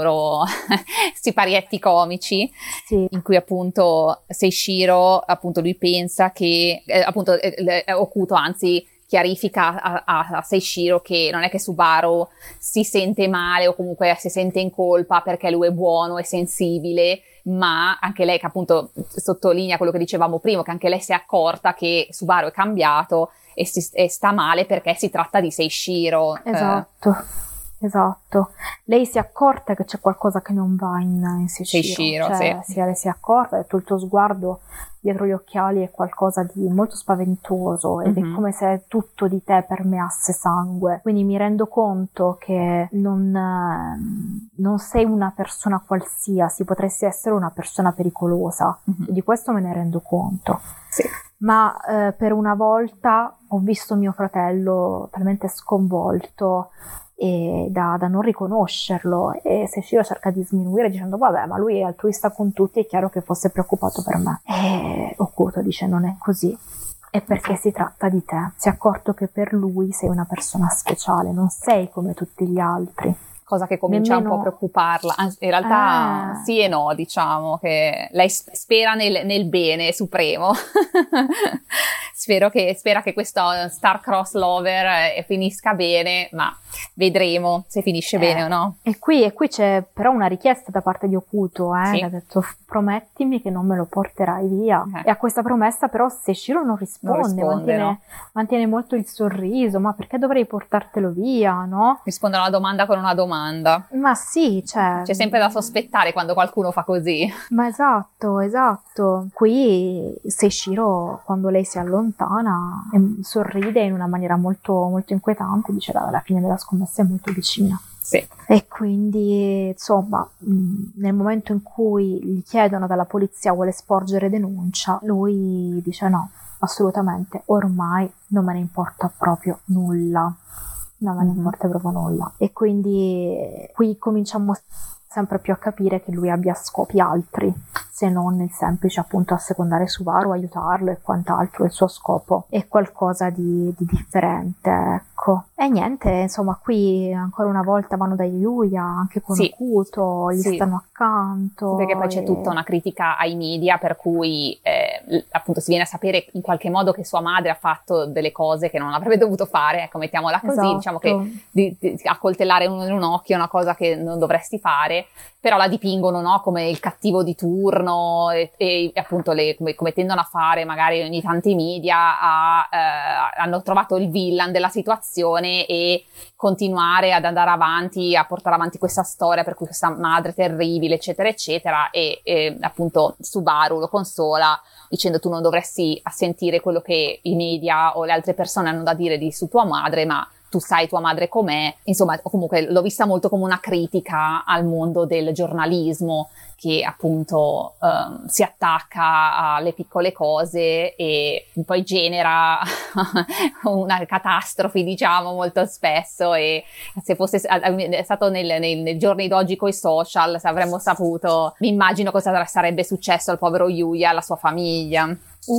siparietti comici, sì. In cui appunto Seishiro, appunto, lui pensa che Okuto anzi chiarifica a Seishiro che non è che Subaru si sente male o comunque si sente in colpa perché lui è buono e sensibile, ma anche lei, che appunto sottolinea quello che dicevamo prima, che anche lei si è accorta che Subaru è cambiato e sta male perché si tratta di Seishiro. Esatto. Lei si è accorta che c'è qualcosa che non va in Seishiro, cioè, sì. Si è accorta, ha detto: il tuo sguardo dietro gli occhiali è qualcosa di molto spaventoso ed è come se tutto di te permeasse sangue, quindi mi rendo conto che non sei una persona qualsiasi, potresti essere una persona pericolosa, di questo me ne rendo conto. Sì. Ma per una volta ho visto mio fratello talmente sconvolto e da non riconoscerlo, e Seishiro cerca di sminuire dicendo: vabbè, ma lui è altruista con tutti, è chiaro che fosse preoccupato per me. E Okuto dice: non è così, è perché si tratta di te, si è accorto che per lui sei una persona speciale, non sei come tutti gli altri. Cosa che comincia un po' a preoccuparla, in realtà sì e no, diciamo che lei spera nel bene supremo. Spera che questo star-crossed lover finisca bene, ma vedremo se finisce bene o no. E qui c'è però una richiesta da parte di Okuto, sì. Che ha detto: promettimi che non me lo porterai via. E a questa promessa però Seishiro non risponde, mantiene molto il sorriso: ma perché dovrei portartelo via, no? Risponde a una domanda con una domanda. Ma sì, cioè, c'è sempre da sospettare quando qualcuno fa così. Ma esatto. Qui Seishiro, quando lei si allontana, sorride in una maniera molto, molto inquietante, dice: la fine della scommessa è molto vicina. Sì. E quindi, insomma, nel momento in cui gli chiedono dalla polizia vuole sporgere denuncia, lui dice: no, assolutamente, ormai non me ne importa proprio nulla. Non me ne importa proprio nulla. E quindi qui cominciamo sempre più a capire che lui abbia scopi altri, se non il semplice appunto assecondare Subaru, aiutarlo e quant'altro. Il suo scopo è qualcosa di differente, ecco. E niente, insomma, qui ancora una volta vanno da Yuya, anche con Okuto, gli stanno accanto. Perché poi c'è tutta una critica ai media, per cui appunto si viene a sapere in qualche modo che sua madre ha fatto delle cose che non avrebbe dovuto fare, ecco, mettiamola così, Esatto. diciamo che accoltellare uno in un occhio è una cosa che non dovresti fare, però la dipingono, no, come il cattivo di turno e appunto come tendono a fare magari ogni tanto i media, hanno trovato il villain della situazione e continuare ad andare avanti, a portare avanti questa storia per cui questa madre terribile, eccetera, eccetera, e appunto Subaru lo consola dicendo: tu non dovresti sentire quello che i media o le altre persone hanno da dire su tua madre, ma tu sai tua madre com'è. Insomma, comunque l'ho vista molto come una critica al mondo del giornalismo che appunto si attacca alle piccole cose e poi genera una catastrofe, diciamo, molto spesso. E se fosse stato nei giorni d'oggi coi social, se avremmo saputo, mi immagino cosa sarebbe successo al povero Yuya e alla sua famiglia.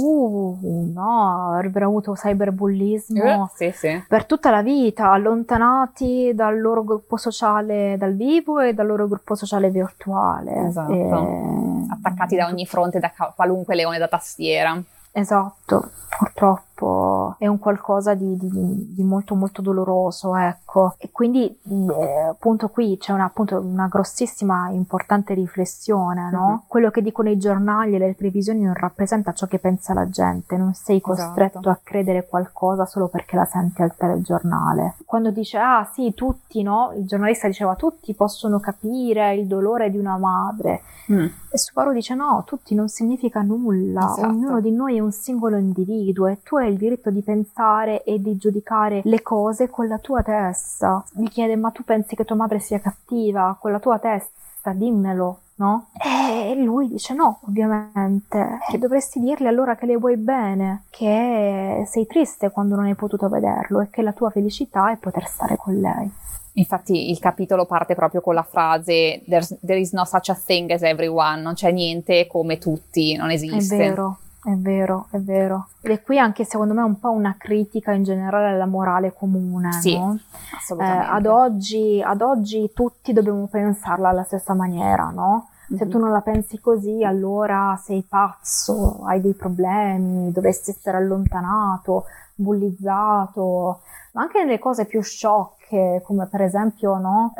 No, avrebbero avuto cyberbullismo Sì. per tutta la vita, allontanati dal loro gruppo sociale dal vivo e dal loro gruppo sociale virtuale. Esatto. Attaccati da ogni fronte, da qualunque leone da tastiera. Esatto, purtroppo è un qualcosa di molto molto doloroso, ecco. E quindi appunto qui c'è una grossissima importante riflessione, no? Mm-hmm. Quello che dicono i giornali e le televisioni non rappresenta ciò che pensa la gente, non sei costretto Esatto. a credere qualcosa solo perché la senti al telegiornale. Quando dice sì, tutti, no? Il giornalista diceva tutti possono capire il dolore di una madre. E Subaru dice no, tutti non significa nulla, esatto. Ognuno di noi è un singolo individuo e tu hai il diritto di pensare e di giudicare le cose con la tua testa. Gli chiede: ma tu pensi che tua madre sia cattiva? Con la tua testa, dimmelo, no? E lui dice no, ovviamente. E dovresti dirle allora che le vuoi bene, che sei triste quando non hai potuto vederlo e che la tua felicità è poter stare con lei. Infatti il capitolo parte proprio con la frase there is no such a thing as everyone, non c'è niente come tutti, non esiste. È vero. Ed è qui anche secondo me un po' una critica in generale alla morale comune, sì, no? Assolutamente. Ad oggi tutti dobbiamo pensarla alla stessa maniera, no? Se tu non la pensi così, allora sei pazzo, hai dei problemi, dovresti essere allontanato, bullizzato, ma anche nelle cose più sciocche, come per esempio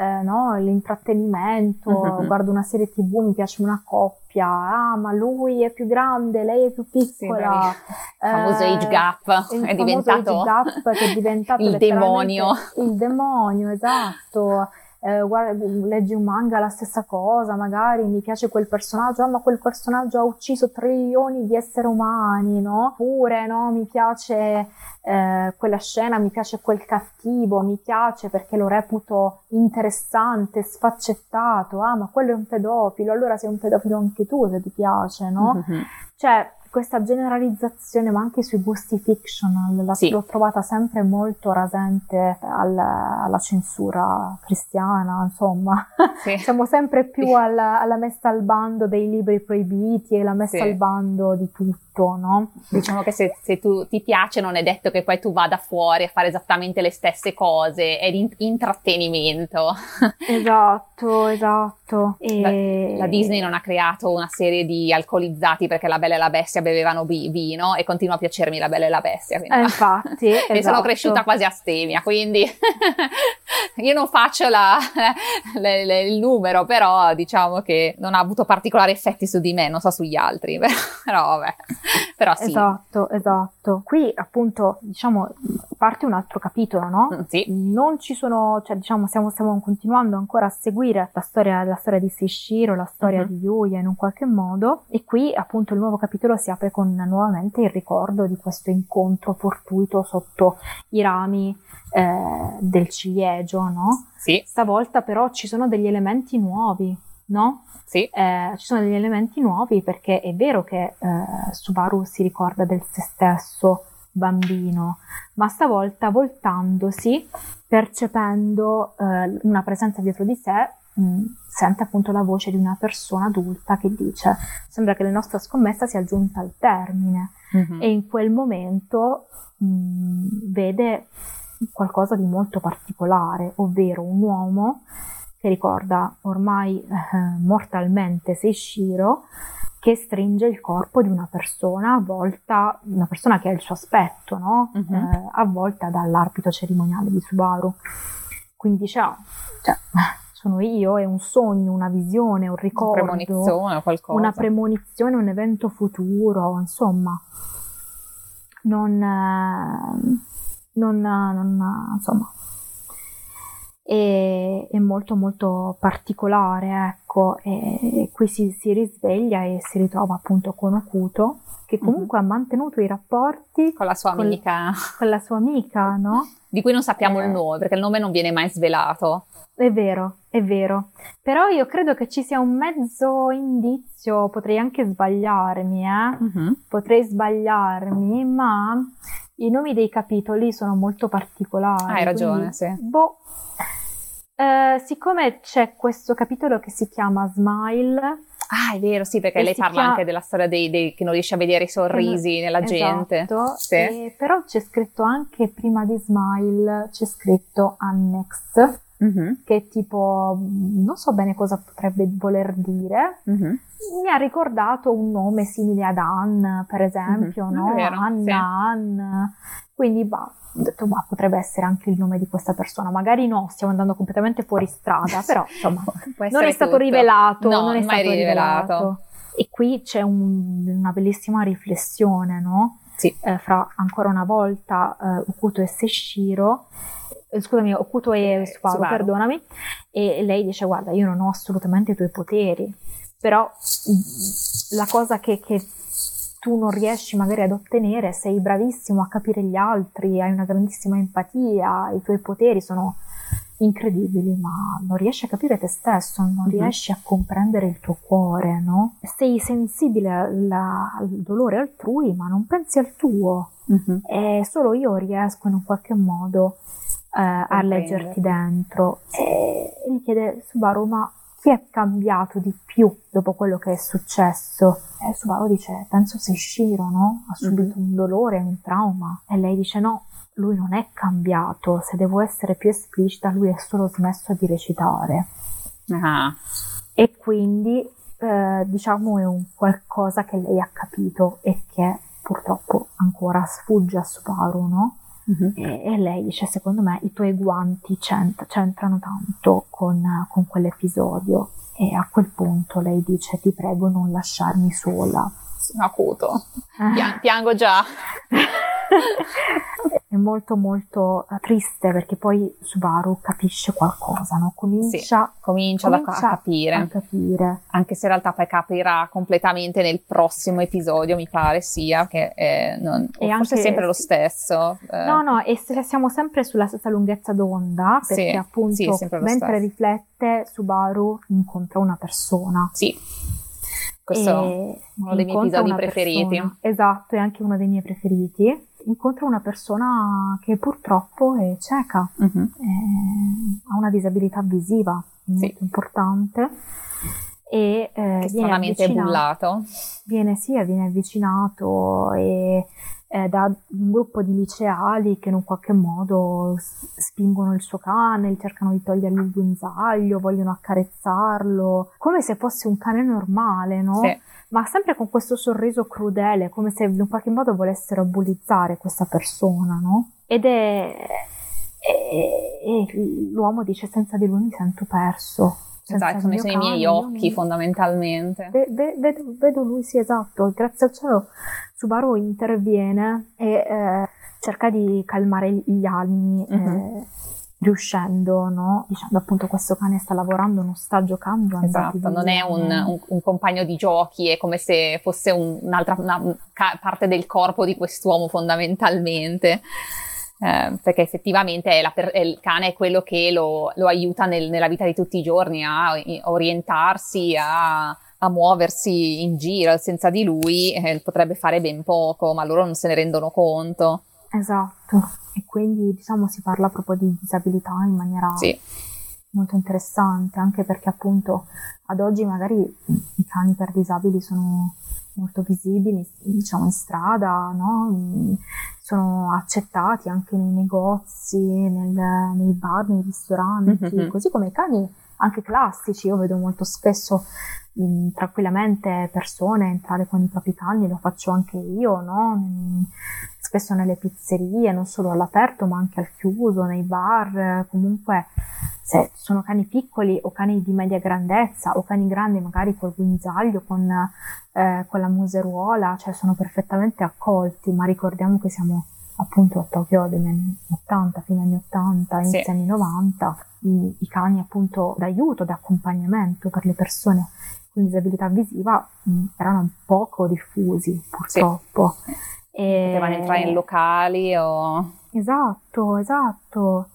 l'intrattenimento, guardo una serie TV, mi piace una coppia, ma lui è più grande, lei è più piccola. Il famoso age gap è diventato il demonio. Il demonio, esatto. Leggi un manga, la stessa cosa, magari mi piace quel personaggio, ma quel personaggio ha ucciso trilioni di esseri umani, no? Oppure, no, mi piace quella scena, mi piace quel cattivo, mi piace perché lo reputo interessante, sfaccettato, ma quello è un pedofilo, allora sei un pedofilo anche tu se ti piace, no? Cioè, questa generalizzazione, ma anche sui gusti fictional, l'ho trovata sempre molto rasente alla censura cristiana, insomma. Sì. Siamo sempre più alla messa al bando dei libri proibiti e la messa al bando di tutto, no? Diciamo che se tu ti piace non è detto che poi tu vada fuori a fare esattamente le stesse cose, è di intrattenimento. Esatto. La Disney non ha creato una serie di alcolizzati perché La Bella e la Bestia bevevano vino e continua a piacermi La Bella e la Bestia. Infatti, e sono cresciuta quasi astemia, quindi io non faccio il numero, però diciamo che non ha avuto particolari effetti su di me, non so sugli altri, però vabbè. Però sì. Esatto. Qui appunto, diciamo, parte un altro capitolo, no? Sì. Non ci sono, cioè diciamo, stiamo continuando ancora a seguire la storia di Seishiro, la storia di Yuya in un qualche modo, e qui appunto il nuovo capitolo si apre con nuovamente il ricordo di questo incontro fortuito sotto i rami del ciliegio, no? Sì. Stavolta però ci sono degli elementi nuovi, no? Sì. Ci sono degli elementi nuovi perché è vero che Subaru si ricorda del se stesso bambino, ma stavolta voltandosi, percependo una presenza dietro di sé, sente appunto la voce di una persona adulta che dice: sembra che la nostra scommessa sia giunta al termine. E in quel momento vede qualcosa di molto particolare, ovvero un uomo che ricorda ormai mortalmente Seishiro, che stringe il corpo di una persona avvolta, una persona che ha il suo aspetto, no? Avvolta dall'arbitro cerimoniale di Subaru. Quindi dice, cioè, sono io, è un sogno, una visione, un ricordo, premonizione o qualcosa. una premonizione, un evento futuro, insomma, insomma, è molto molto particolare, ecco, e qui si risveglia e si ritrova appunto con Okuto, che comunque ha mantenuto i rapporti con la sua amica, con la sua amica, no? Di cui non sappiamo il nome, perché il nome non viene mai svelato. È vero, però io credo che ci sia un mezzo indizio, potrei anche sbagliarmi, potrei sbagliarmi, ma i nomi dei capitoli sono molto particolari. Hai ragione, quindi, sì. Siccome c'è questo capitolo che si chiama Smile. Ah, è vero, sì, perché lei parla anche della storia che non riesce a vedere i sorrisi nella gente. Esatto, sì. Però c'è scritto anche prima di Smile, c'è scritto Annexed, che è tipo, non so bene cosa potrebbe voler dire. Mi ha ricordato un nome simile ad Anne, per esempio, no? Vero, Anna, sì. Anne. Quindi ho detto, potrebbe essere anche il nome di questa persona. Magari no, stiamo andando completamente fuori strada, però insomma, non è stato rivelato. No, non è mai stato rivelato. E qui c'è una bellissima riflessione, no? Sì. Fra ancora una volta Okuto e Seshiro. Scusami, Okuto e Subaru, perdonami. E lei dice, guarda, io non ho assolutamente i tuoi poteri, però la cosa che tu non riesci magari ad ottenere, sei bravissimo a capire gli altri, hai una grandissima empatia, i tuoi poteri sono incredibili, ma non riesci a capire te stesso, non riesci a comprendere il tuo cuore, no? Sei sensibile al dolore altrui, ma non pensi al tuo. E solo io riesco in un qualche modo a leggerti dentro. E gli chiede, Subaru, ma chi è cambiato di più dopo quello che è successo? E Subaru dice, penso Seshiro, no? Ha subito un dolore, un trauma. E lei dice, no, lui non è cambiato, se devo essere più esplicita, lui è solo smesso di recitare. E quindi diciamo è un qualcosa che lei ha capito e che purtroppo ancora sfugge a Subaru, no? E lei dice, secondo me i tuoi guanti c'entrano tanto con quell'episodio. E a quel punto lei dice, ti prego non lasciarmi sola. Acuto, piango già. È molto molto triste, perché poi Subaru capisce qualcosa, no? Comincia a capire, anche se in realtà poi capirà completamente nel prossimo episodio, mi pare sia che forse è sempre lo stesso. No, e siamo sempre sulla stessa lunghezza d'onda, perché appunto mentre riflette Subaru incontra una persona. Sì. Questo è uno dei miei episodi preferiti. Esatto, è anche uno dei miei preferiti. Incontra una persona che purtroppo è cieca, ha una disabilità visiva molto importante, e che stranamente è bullato. Viene avvicinato da un gruppo di liceali che in un qualche modo spingono il suo cane, cercano di togliergli il guinzaglio, vogliono accarezzarlo, come se fosse un cane normale, no? Sì. Ma sempre con questo sorriso crudele, come se in qualche modo volessero bullizzare questa persona, no? E l'uomo dice, senza di lui mi sento perso. Esatto, sono i miei occhi fondamentalmente. Vedo lui, sì, esatto. Grazie al cielo Subaru interviene e cerca di calmare gli animi, riuscendo, no? Dicendo appunto, questo cane sta lavorando, non sta giocando. Esatto, non è un compagno di giochi, è come se fosse un'altra parte del corpo di quest'uomo fondamentalmente. Perché effettivamente il cane è quello che lo aiuta nella vita di tutti i giorni a orientarsi, a muoversi in giro. Senza di lui potrebbe fare ben poco, ma loro non se ne rendono conto. Esatto, e quindi diciamo si parla proprio di disabilità in maniera molto interessante, anche perché appunto ad oggi magari i cani per disabili sono molto visibili, diciamo, in strada, no? Sono accettati anche nei negozi, nei bar, nei ristoranti, così come i cani anche classici. Io vedo molto spesso tranquillamente persone entrare con i propri cani, lo faccio anche io, no? Spesso nelle pizzerie, non solo all'aperto ma anche al chiuso, nei bar, comunque se sono cani piccoli o cani di media grandezza o cani grandi magari col guinzaglio, con la museruola, cioè sono perfettamente accolti, ma ricordiamo che siamo appunto a Tokyo degli anni 80, fine anni 80, inizio anni 90, i cani appunto d'aiuto, d'accompagnamento per le persone con disabilità visiva erano poco diffusi, purtroppo. Potevano entrare in locali o... Esatto.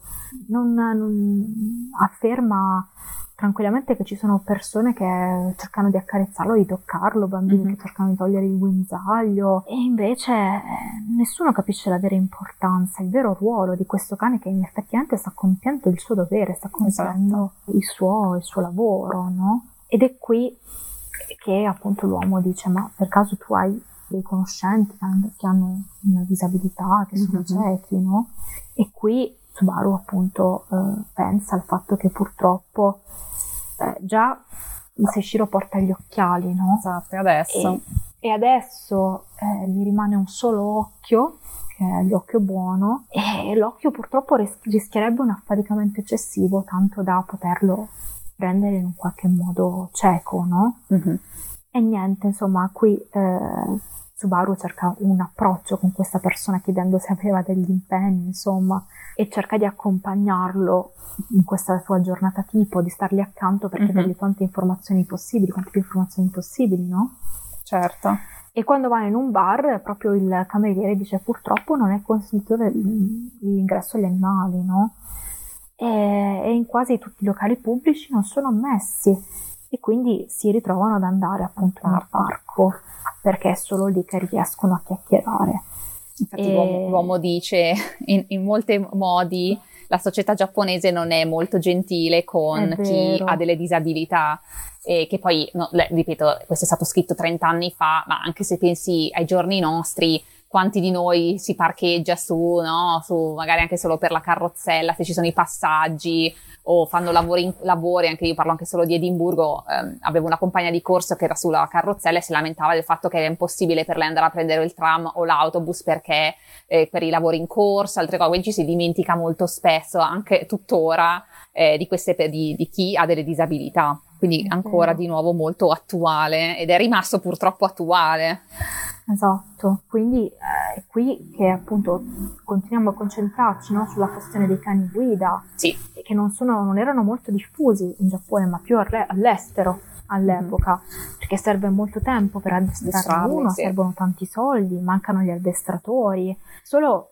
Non afferma tranquillamente che ci sono persone che cercano di accarezzarlo, di toccarlo, bambini che cercano di togliere il guinzaglio, e invece nessuno capisce la vera importanza, il vero ruolo di questo cane che effettivamente sta compiendo il suo dovere, sta compiendo il suo lavoro, no? Ed è qui che appunto l'uomo dice: ma per caso tu hai dei conoscenti che hanno una disabilità, che sono ciechi, no? E qui Subaru appunto pensa al fatto che purtroppo già Seishiro porta gli occhiali, no? Esatto, adesso. E adesso gli rimane un solo occhio, che è l'occhio buono, e l'occhio purtroppo rischierebbe un affaticamento eccessivo, tanto da poterlo rendere in un qualche modo cieco, no? E niente, insomma, qui Subaru cerca un approccio con questa persona chiedendo se aveva degli impegni, insomma, e cerca di accompagnarlo in questa sua giornata tipo, di stargli accanto per chiedergli quante informazioni possibili, quante più informazioni possibili, no? Certo. E quando vanno in un bar, proprio il cameriere dice: purtroppo non è consentito l'ingresso agli animali, no? E in quasi tutti i locali pubblici non sono ammessi, e quindi si ritrovano ad andare appunto nel parco, perché è solo lì che riescono a chiacchierare. Infatti l'uomo dice in molti modi la società giapponese non è molto gentile con chi ha delle disabilità, e che poi, no, ripeto, questo è stato scritto 30 anni fa, ma anche se pensi ai giorni nostri, quanti di noi si parcheggia su magari anche solo per la carrozzella, se ci sono i passaggi, o fanno lavori, anche io parlo anche solo di Edimburgo, avevo una compagna di corso che era sulla carrozzella e si lamentava del fatto che era impossibile per lei andare a prendere il tram o l'autobus perché per i lavori in corso, altre cose. Quindi ci si dimentica molto spesso, anche tuttora, di chi ha delle disabilità, quindi ancora di nuovo molto attuale, ed è rimasto purtroppo attuale. Esatto, quindi è qui che appunto continuiamo a concentrarci, no, sulla questione dei cani guida, che non erano molto diffusi in Giappone, ma più all'estero all'epoca, perché serve molto tempo per addestrarne uno, servono tanti soldi, mancano gli addestratori. Solo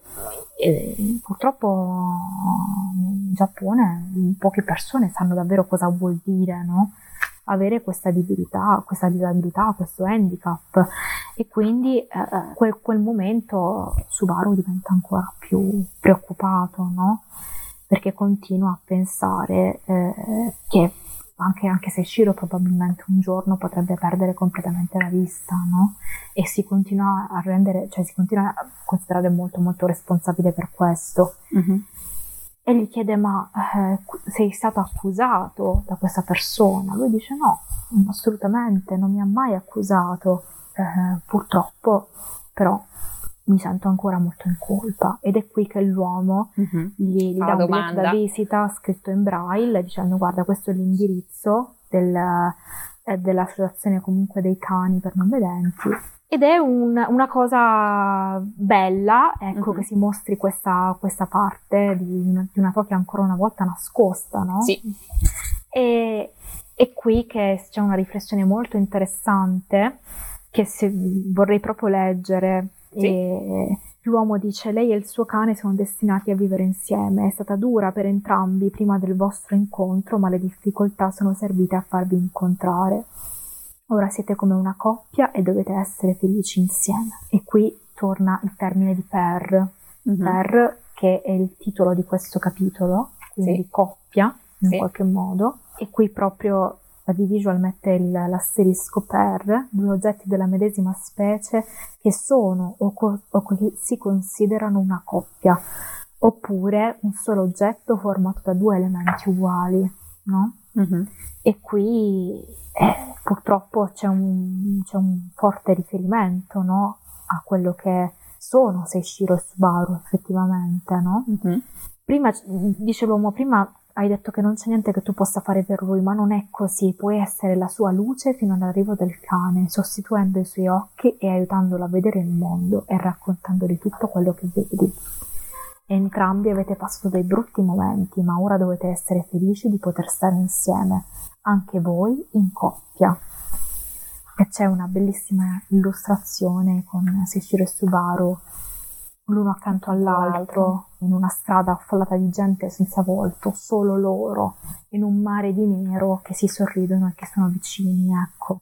purtroppo in Giappone poche persone sanno davvero cosa vuol dire, no? Avere questa disabilità, questo handicap, e quindi quel momento Subaru diventa ancora più preoccupato, no? Perché continua a pensare che anche se Shiro probabilmente un giorno potrebbe perdere completamente la vista, no? E si continua a considerare molto molto responsabile per questo. E gli chiede: ma sei stato accusato da questa persona? Lui dice: no, assolutamente, non mi ha mai accusato, purtroppo, però mi sento ancora molto in colpa. Ed è qui che l'uomo gli dà un biglietto da visita scritto in braille dicendo: guarda, questo è l'indirizzo dell'associazione comunque dei cani per non vedenti. Ed è una cosa bella, ecco, che si mostri questa parte di una Tokyo ancora una volta nascosta, no? Sì. E è qui che c'è una riflessione molto interessante che vorrei proprio leggere. E l'uomo dice: lei e il suo cane sono destinati a vivere insieme, è stata dura per entrambi prima del vostro incontro, ma le difficoltà sono servite a farvi incontrare. Ora siete come una coppia e dovete essere felici insieme. E qui torna il termine di pair, pair, che è il titolo di questo capitolo, quindi coppia in qualche modo. E qui proprio la D-Visual mette l'asterisco per due oggetti della medesima specie che sono o che si considerano una coppia, oppure un solo oggetto formato da due elementi uguali, no? E qui purtroppo c'è un forte riferimento, no, a quello che sono Seishiro e Subaru effettivamente, no? Prima, dice l'uomo, prima hai detto che non c'è niente che tu possa fare per lui, ma non è così, puoi essere la sua luce fino all'arrivo del cane, sostituendo i suoi occhi e aiutandolo a vedere il mondo e raccontandogli tutto quello che vedi. Entrambi avete passato dei brutti momenti, ma ora dovete essere felici di poter stare insieme, anche voi in coppia. E c'è una bellissima illustrazione con Seishiro e Subaru, l'uno accanto all'altro, in una strada affollata di gente senza volto, solo loro, in un mare di nero che si sorridono e che sono vicini, ecco.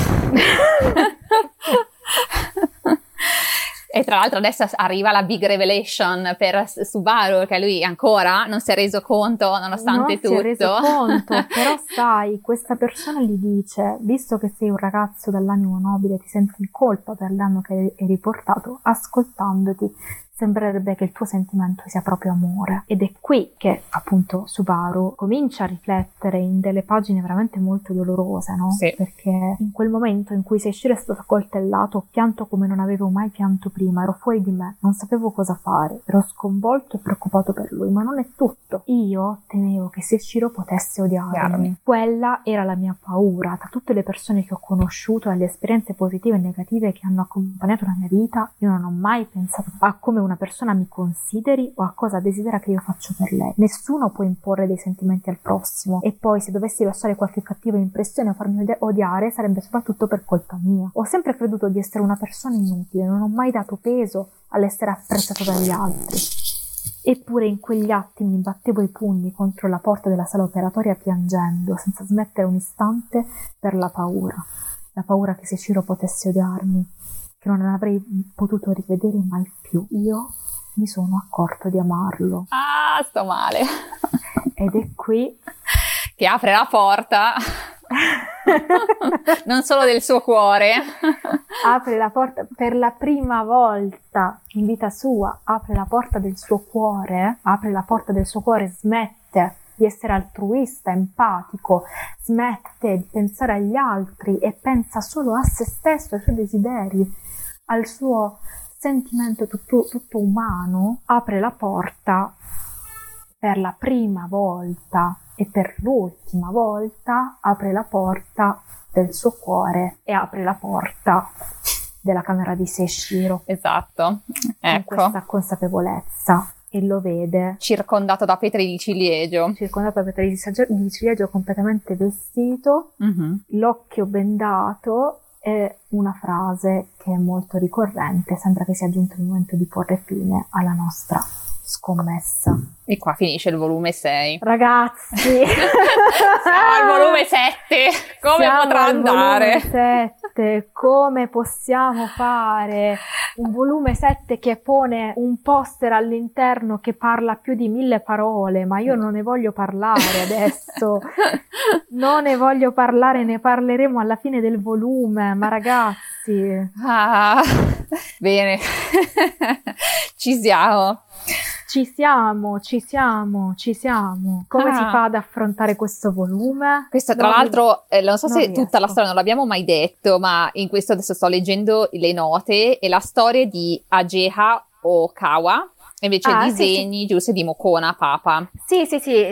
E tra l'altro adesso arriva la big revelation per Subaru, che lui ancora non si è reso conto, nonostante tutto. Non si è reso conto, però sai, questa persona gli dice, visto che sei un ragazzo dall'animo nobile, ti senti in colpa per l'anno che hai riportato, ascoltandoti sembrerebbe che il tuo sentimento sia proprio amore. Ed è qui che appunto Subaru comincia a riflettere in delle pagine veramente molto dolorose, no? Sì. Perché in quel momento in cui Seishiro è stato coltellato, ho pianto come non avevo mai pianto prima, ero fuori di me, non sapevo cosa fare, ero sconvolto e preoccupato per lui, ma non è tutto. Io temevo che Seishiro potesse odiarmi. Quella era la mia paura. Tra tutte le persone che ho conosciuto e le esperienze positive e negative che hanno accompagnato la mia vita, io non ho mai pensato a come una persona mi consideri o a cosa desidera che io faccio per lei. Nessuno può imporre dei sentimenti al prossimo, e poi se dovessi lasciare qualche cattiva impressione o farmi odiare sarebbe soprattutto per colpa mia. Ho sempre creduto di essere una persona inutile, non ho mai dato peso all'essere apprezzato dagli altri. Eppure in quegli attimi battevo i pugni contro la porta della sala operatoria piangendo, senza smettere un istante, per la paura che Seishiro potesse odiarmi, che non avrei potuto rivedere mai più. Io mi sono accorto di amarlo. Sto male. Ed è qui che apre la porta non solo del suo cuore, apre la porta per la prima volta in vita sua, apre la porta del suo cuore, smette di essere altruista, empatico, smette di pensare agli altri e pensa solo a se stesso, ai suoi desideri, al suo sentimento tutto umano. Apre la porta per la prima volta e per l'ultima volta, apre la porta del suo cuore e apre la porta della camera di Seishiro. Esatto, ecco. Con questa consapevolezza. E lo vede circondato da petri di ciliegio, completamente vestito, l'occhio bendato, e una frase che è molto ricorrente: sembra che sia giunto il momento di porre fine alla nostra scommessa. E qua finisce il volume 6. Ragazzi, siamo al volume 7. Come potrà andare? Volume 7. Come possiamo fare un volume 7 che pone un poster all'interno che parla più di 1000 parole? Ma io non ne voglio parlare adesso. Non ne voglio parlare, ne parleremo alla fine del volume. Ma ragazzi, bene. Ci siamo. Come si fa ad affrontare questo volume? Questo tra l'altro, non so se tutta la storia non l'abbiamo mai detto, ma in questo adesso sto leggendo le note, è la storia di Ageha Okawa, invece disegni, giusto, di Mokona Papa. Sì,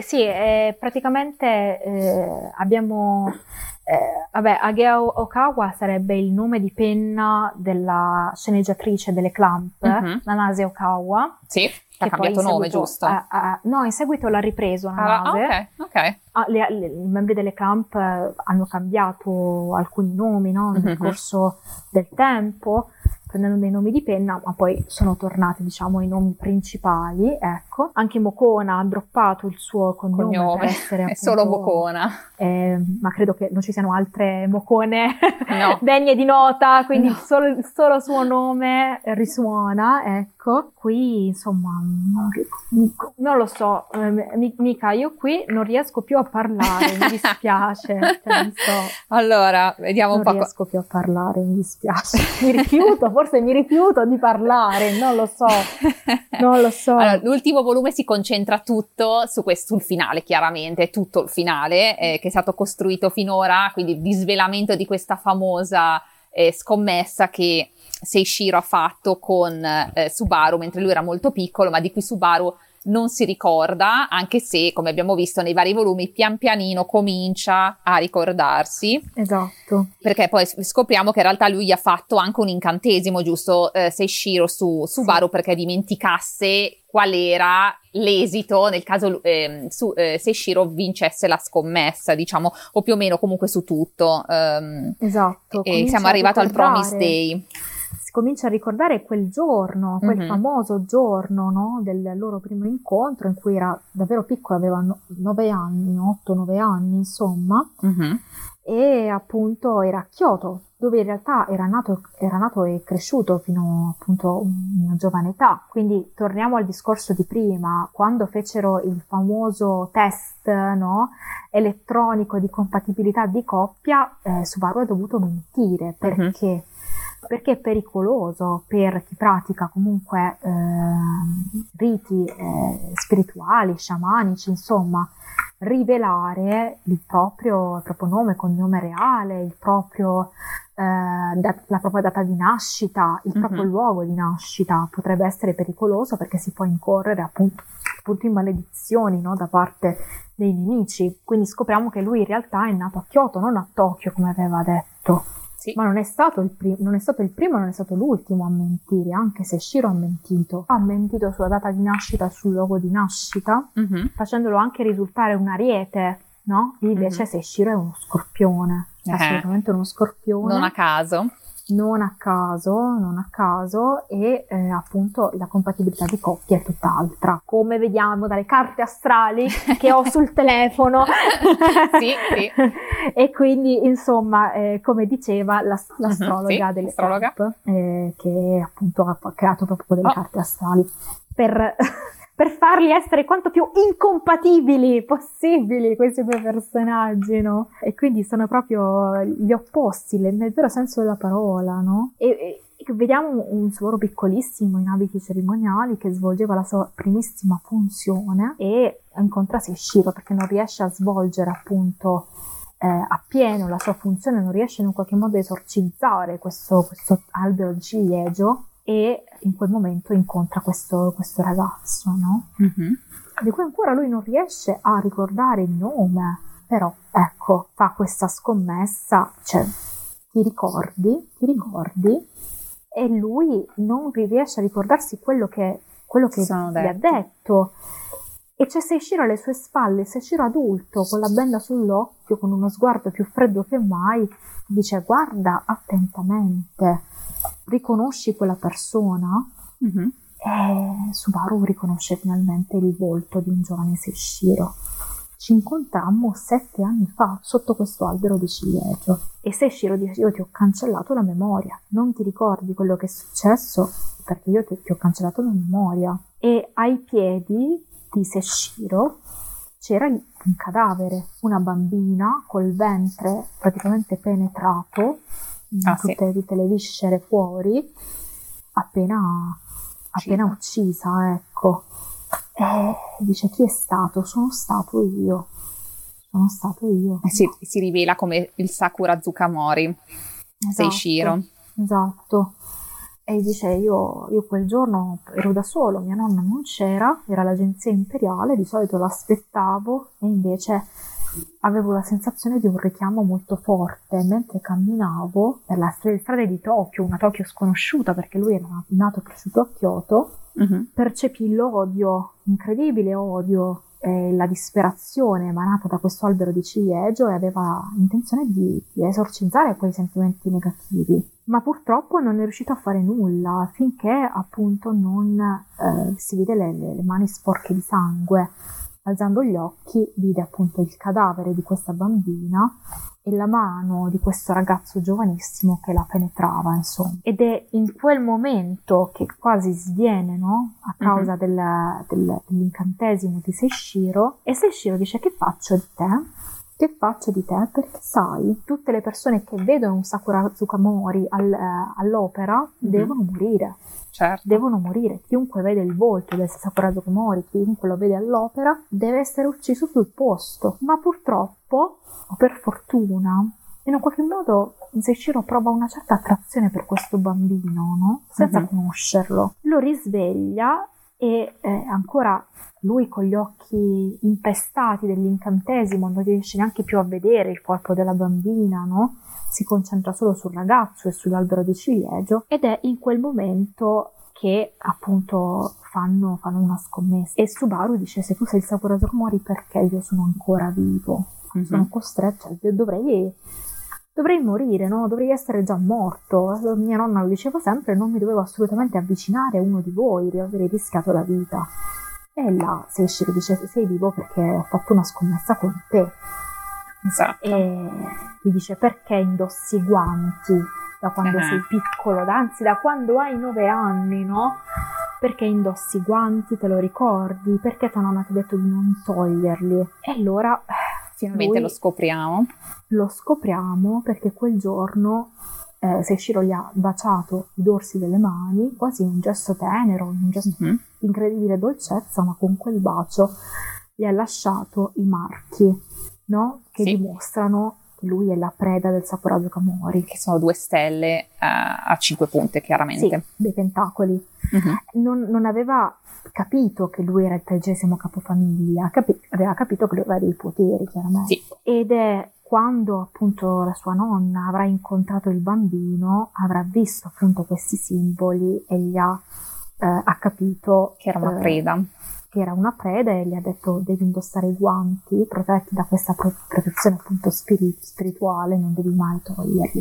praticamente abbiamo... Agea Okawa sarebbe il nome di penna della sceneggiatrice delle Clamp, Nanase Okawa. Sì, ha cambiato nome, giusto? No, in seguito l'ha ripreso Nanase. Ok. I membri delle Clamp hanno cambiato alcuni nomi, no? Nel corso del tempo, prendendo dei nomi di penna, ma poi sono tornati, diciamo, i nomi principali, ecco. Anche Mokona ha droppato il suo cognome per essere appunto, è solo Mokona. Ma credo che non ci siano altre Mokone degne di nota, quindi solo il suo nome risuona, ecco. Qui, insomma, non lo so, mica io qui non riesco più a parlare, mi dispiace. Allora, vediamo un po'. Non riesco più a parlare, mi dispiace. Mi rifiuto, forse mi rifiuto di parlare, non lo so. Allora, l'ultimo volume si concentra tutto sul finale, chiaramente, tutto il finale che è stato costruito finora, quindi il disvelamento di questa famosa scommessa che Seishiro ha fatto con Subaru mentre lui era molto piccolo, ma di cui Subaru non si ricorda, anche se, come abbiamo visto nei vari volumi, pian pianino comincia a ricordarsi. Esatto. Perché poi scopriamo che in realtà lui gli ha fatto anche un incantesimo, giusto, Seishiro su Subaru, sì, perché dimenticasse qual era l'esito nel caso Seishiro vincesse la scommessa, diciamo, o più o meno comunque su tutto. Esatto. E siamo arrivati al Promise Day. Si comincia a ricordare quel giorno, quel famoso giorno, no, del loro primo incontro, in cui era davvero piccolo, aveva 9 anni, 8-9 anni, insomma, e appunto era a Kyoto, dove in realtà era nato e cresciuto fino appunto a una giovane età. Quindi torniamo al discorso di prima, quando fecero il famoso test, no, elettronico di compatibilità di coppia, Subaru ha dovuto mentire, perché? Perché è pericoloso per chi pratica comunque riti spirituali, sciamanici, insomma, rivelare il proprio nome, cognome reale, il proprio, la propria data di nascita, il proprio luogo di nascita. Potrebbe essere pericoloso perché si può incorrere appunto in maledizioni, no, da parte dei nemici. Quindi scopriamo che lui in realtà è nato a Kyoto, non a Tokyo come aveva detto. Sì. Ma non è stato il primo, non è stato l'ultimo a mentire, anche se Shiro ha mentito sulla data di nascita, sul luogo di nascita, facendolo anche risultare un ariete, no? Invece Seishiro è uno scorpione, assolutamente uno scorpione. Non a caso, e appunto la compatibilità di coppia è tutt'altra, come vediamo dalle carte astrali che ho sul telefono. Sì. E quindi insomma, come diceva l'astrologa delle Cap, che appunto ha creato proprio delle carte astrali per farli essere quanto più incompatibili possibili questi due personaggi, no? E quindi sono proprio gli opposti, nel vero senso della parola, no? E vediamo un Subaru piccolissimo in abiti cerimoniali che svolgeva la sua primissima funzione e incontra Seishiro perché non riesce a svolgere appunto appieno la sua funzione, non riesce in un qualche modo a esorcizzare questo albero di ciliegio, e in quel momento incontra questo ragazzo, no? Di cui ancora lui non riesce a ricordare il nome, però ecco, fa questa scommessa, cioè ti ricordi? E lui non riesce a ricordarsi quello che gli ha detto. E c'è Seishiro alle sue spalle, Seishiro adulto, con la benda sull'occhio, con uno sguardo più freddo che mai, dice: guarda attentamente, riconosci quella persona? E Subaru riconosce finalmente il volto di un giovane Seishiro. Ci incontrammo 7 anni fa sotto questo albero di ciliegio. E Seishiro dice: io ti ho cancellato la memoria, non ti ricordi quello che è successo perché io ti ho cancellato la memoria. E ai piedi di Seishiro c'era un cadavere, una bambina col ventre praticamente penetrato, tutte le viscere fuori, appena uccisa, ecco. E dice: chi è stato? Sono stato io. Si rivela come il Sakura Tsukamori, Seishiro. Esatto. E dice: io quel giorno ero da solo, mia nonna non c'era, era l'agenzia imperiale, di solito l'aspettavo, e invece avevo la sensazione di un richiamo molto forte mentre camminavo per la strada di Tokyo, una Tokyo sconosciuta perché lui era nato e cresciuto a Kyoto. Percepì l'odio, incredibile odio, la disperazione emanata da questo albero di ciliegio, e aveva intenzione di esorcizzare quei sentimenti negativi, ma purtroppo non è riuscito a fare nulla finché appunto non si vide le mani sporche di sangue. Alzando gli occhi vide appunto il cadavere di questa bambina e la mano di questo ragazzo giovanissimo che la penetrava, insomma. Ed è in quel momento che quasi sviene, no? A causa dell'incantesimo di Seishiro, e Seishiro dice: che faccio di te? che faccio di te? Perché sai, tutte le persone che vedono un Sakura Tsukamori all'opera devono morire. Certo. Devono morire. Chiunque vede il volto del Sakura Tsukamori, chiunque lo vede all'opera, deve essere ucciso sul posto. Ma purtroppo, o per fortuna, in un qualche modo Seishiro prova una certa attrazione per questo bambino, no? Senza conoscerlo. Lo risveglia e ancora lui con gli occhi impestati dell'incantesimo non riesce neanche più a vedere il corpo della bambina, no? Si concentra solo sul ragazzo e sull'albero di ciliegio, ed è in quel momento che appunto fanno una scommessa e Subaru dice: se tu sei il Sakura Tsukamori, perché io sono ancora vivo? Sono costretto, dovrei morire, no? Dovrei essere già morto. Mia nonna lo diceva sempre, non mi dovevo assolutamente avvicinare a uno di voi, avrei rischiato la vita. E là Seishiro dice: sei vivo perché ho fatto una scommessa con te. Esatto. E gli dice: perché indossi i guanti da quando sei piccolo, anzi da quando hai 9 anni, no? Perché indossi i guanti, te lo ricordi? Perché tua nonna ti ha detto di non toglierli? E allora finalmente lo scopriamo. Lo scopriamo perché quel giorno Seishiro gli ha baciato i dorsi delle mani, quasi un gesto tenero, un gesto di incredibile dolcezza, ma con quel bacio gli ha lasciato i marchi, no? Che dimostrano che lui è la preda del Sakura Tsukamori. Che sono 2 stelle a 5 punte, chiaramente. Sì, dei tentacoli. Non aveva capito che lui era il 13° capofamiglia, aveva capito che lui aveva dei poteri, chiaramente. Sì. Ed è quando appunto la sua nonna avrà incontrato il bambino, avrà visto appunto questi simboli e gli ha capito che era una preda. Che era una preda, e gli ha detto: devi indossare i guanti protetti da questa protezione appunto spirituale, non devi mai toglierli.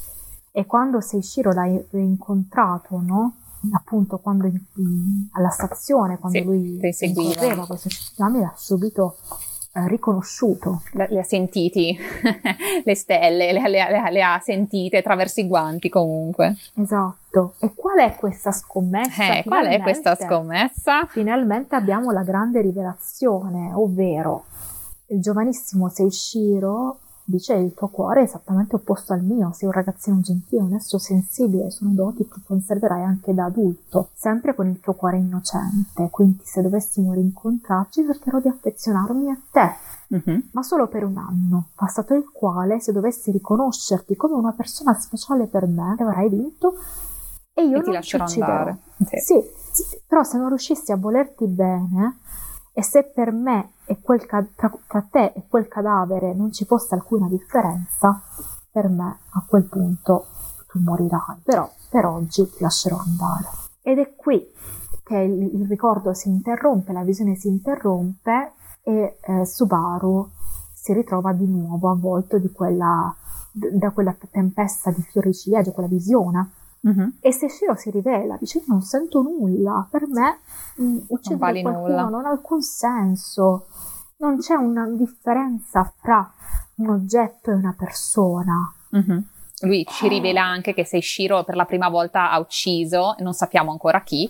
E quando Seishiro l'ha incontrato, no? Appunto quando alla stazione, quando lui incorreva questo Shinigami, l'ha subito riconosciuto. Le ha sentiti le stelle, le ha sentite attraverso i guanti comunque. Esatto. E qual è questa scommessa? Qual è questa scommessa? Finalmente abbiamo la grande rivelazione, ovvero il giovanissimo Seishiro dice: il tuo cuore è esattamente opposto al mio, sei un ragazzino gentile, onesto, sensibile, sono doti che conserverai anche da adulto, sempre con il tuo cuore innocente, quindi se dovessimo rincontrarci cercherò di affezionarmi a te, ma solo per un anno, passato il quale, se dovessi riconoscerti come una persona speciale per me, avrai vinto e io ti lascerò andare. Sì, però se non riuscissi a volerti bene, e se per me e tra te e quel cadavere non ci fosse alcuna differenza, per me a quel punto tu morirai, però per oggi ti lascerò andare. Ed è qui che il ricordo si interrompe, la visione si interrompe e Subaru si ritrova di nuovo avvolto da quella tempesta di fiori di ciliegio, quella visione. E Seishiro si rivela, dice: io non sento nulla, per me uccidere qualcuno non ha alcun senso, non c'è una differenza fra un oggetto e una persona. Lui ci rivela anche che Seishiro per la prima volta ha ucciso, non sappiamo ancora chi,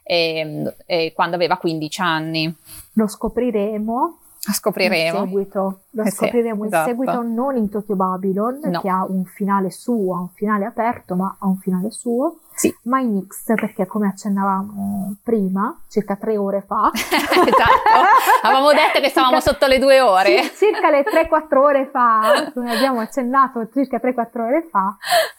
quando aveva 15 anni. Lo scopriremo. In seguito. Scopriremo in seguito, non in Tokyo Babylon, che ha un finale suo, ha un finale aperto, ma ha un finale suo, ma in X, perché come accennavamo prima, circa 3 ore fa, esatto, avevamo detto che stavamo sotto le 2 ore. Circa le 3-4 ore fa, come abbiamo accennato circa 3-4 ore fa,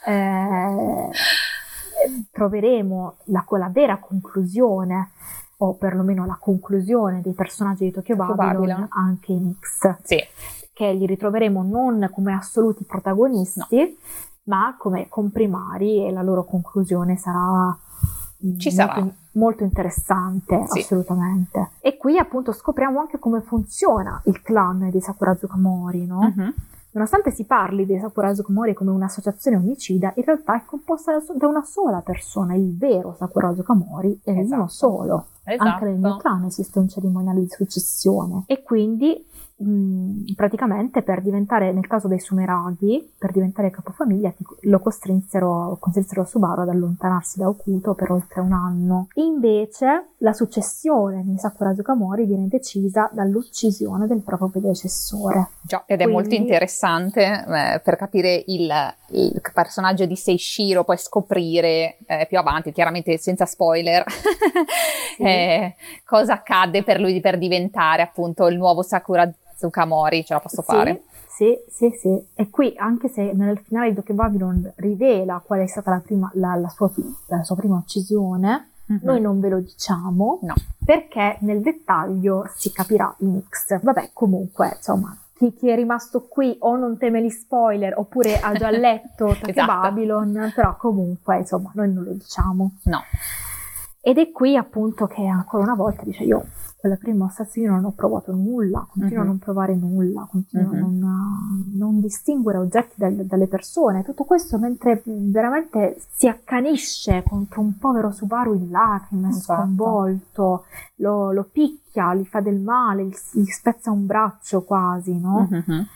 troveremo la vera conclusione, o perlomeno la conclusione dei personaggi di Tokyo Babylon anche in X, che li ritroveremo non come assoluti protagonisti, ma come comprimari, e la loro conclusione sarà molto interessante, assolutamente. E qui appunto scopriamo anche come funziona il clan di Sakura Tsukamori, no? Nonostante si parli di Sakura Tsukamori come un'associazione omicida, in realtà è composta da una sola persona, il vero Sakura Tsukamori, è uno solo. Anche nel mio clan esiste un cerimoniale di successione, e quindi praticamente per diventare, nel caso dei Sumeraghi, per diventare capofamiglia lo costrinsero Subaru ad allontanarsi da Hokuto per oltre un anno. Invece la successione di Sakura Tsukamori viene decisa dall'uccisione del proprio predecessore. Già, ed è molto interessante per capire il personaggio di Seishiro, poi scoprire più avanti, chiaramente senza spoiler, sì. Cosa accadde per lui per diventare appunto il nuovo Sakura Tsukamori. Ce la posso fare? Sì. E qui, anche se nel finale di Tokyo Babylon rivela qual è stata la sua prima uccisione, noi non ve lo diciamo, no, perché nel dettaglio si capirà in X. Vabbè, comunque, insomma, chi è rimasto qui o non teme gli spoiler oppure ha già letto Tokyo esatto. Babylon, però comunque, insomma, noi non lo diciamo. No. Ed è qui appunto che ancora una volta dice: io quella prima assassino non ho provato nulla, continuo a non provare nulla, continuo a non distinguere oggetti dalle persone, tutto questo mentre veramente si accanisce contro un povero Subaru in lacrime, sconvolto, lo picchia, gli fa del male, gli spezza un braccio quasi, no?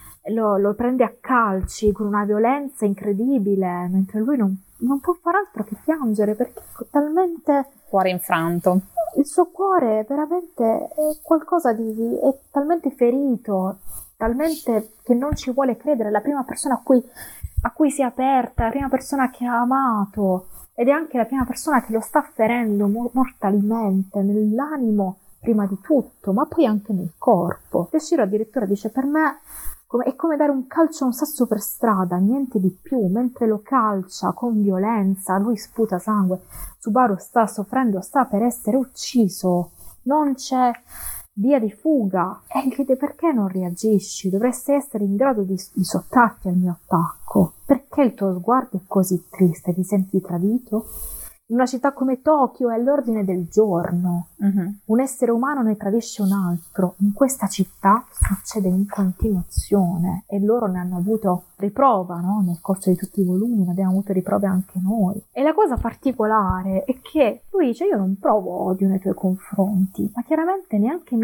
Lo prende a calci con una violenza incredibile, mentre lui non può far altro che piangere, perché è talmente... Cuore infranto. Il suo cuore veramente è qualcosa è talmente ferito, talmente che non ci vuole credere. La prima persona a cui si è aperta, la prima persona che ha amato, ed è anche la prima persona che lo sta ferendo mortalmente nell'animo prima di tutto, ma poi anche nel corpo. Seishiro addirittura dice: per me è come dare un calcio a un sasso per strada, niente di più. Mentre lo calcia con violenza, lui sputa sangue, Subaru sta soffrendo, sta per essere ucciso, non c'è via di fuga, e gli chiede: perché non reagisci? Dovresti essere in grado di sottrarti al mio attacco. Perché il tuo sguardo è così triste? Ti senti tradito? In una città come Tokyo è all'ordine del giorno. Un essere umano ne tradisce un altro. In questa città succede in continuazione, e loro ne hanno avuto riprova, no? Nel corso di tutti i volumi ne abbiamo avuto riprove anche noi. E la cosa particolare è che lui dice: io non provo odio nei tuoi confronti, ma chiaramente neanche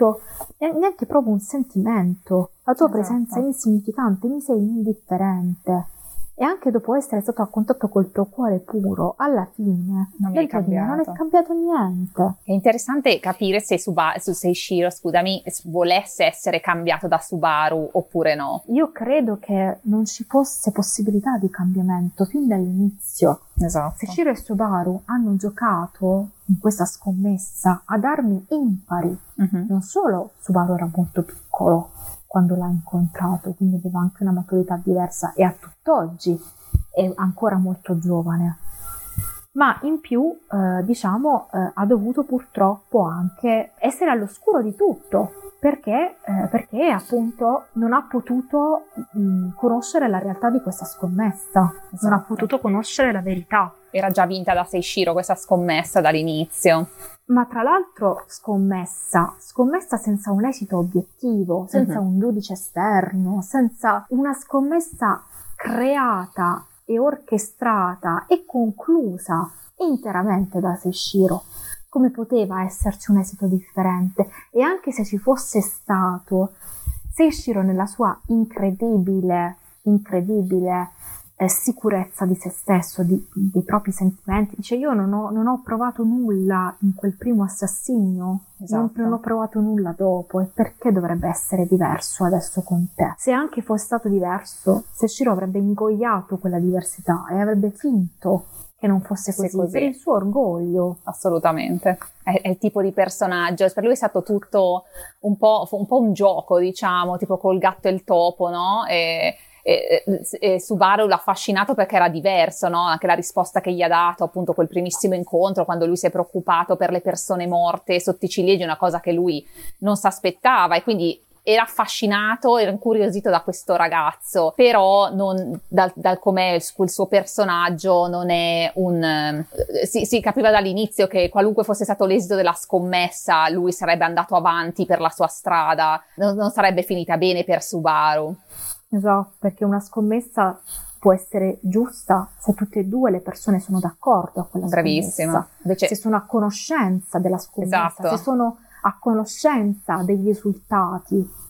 provo un sentimento. La tua presenza è insignificante, mi sei indifferente. E anche dopo essere stato a contatto col tuo cuore puro, alla fine non è cambiato niente. È interessante capire se Seishiro, volesse essere cambiato da Subaru oppure no. Io credo che non ci fosse possibilità di cambiamento fin dall'inizio. Esatto. Seishiro e Subaru hanno giocato in questa scommessa ad armi impari. Non solo Subaru era molto piccolo quando l'ha incontrato, quindi aveva anche una maturità diversa, e a tutt'oggi è ancora molto giovane, ma in più ha dovuto purtroppo anche essere all'oscuro di tutto, perché appunto non ha potuto conoscere la realtà di questa scommessa. Esatto. Non ha potuto conoscere la verità. Era già vinta da Seishiro questa scommessa dall'inizio. Ma tra l'altro scommessa senza un esito obiettivo, senza un giudice esterno, senza una scommessa creata e orchestrata e conclusa interamente da Seishiro. Come poteva esserci un esito differente? E anche se ci fosse stato, Seishiro nella sua incredibile sicurezza di se stesso, dei propri sentimenti, dice: io non ho provato nulla in quel primo assassinio, non ho provato nulla dopo, e perché dovrebbe essere diverso adesso con te? Se anche fosse stato diverso, Seishiro avrebbe ingoiato quella diversità e avrebbe finto che non fosse così per il suo orgoglio. Assolutamente, è il tipo di personaggio. Per lui è stato tutto un po' un gioco, diciamo, tipo col gatto e il topo, no? E Subaru l'ha affascinato perché era diverso, no? Anche la risposta che gli ha dato, appunto, quel primissimo incontro, quando lui si è preoccupato per le persone morte sotto i ciliegi, una cosa che lui non si aspettava, e quindi era affascinato, era incuriosito da questo ragazzo, però non, dal com'è il suo personaggio, non è si capiva dall'inizio che qualunque fosse stato l'esito della scommessa, lui sarebbe andato avanti per la sua strada, non sarebbe finita bene per Subaru. Esatto, perché una scommessa può essere giusta se tutte e due le persone sono d'accordo a quella scommessa. Invece, se sono a conoscenza della scommessa, se sono a conoscenza dei risultati,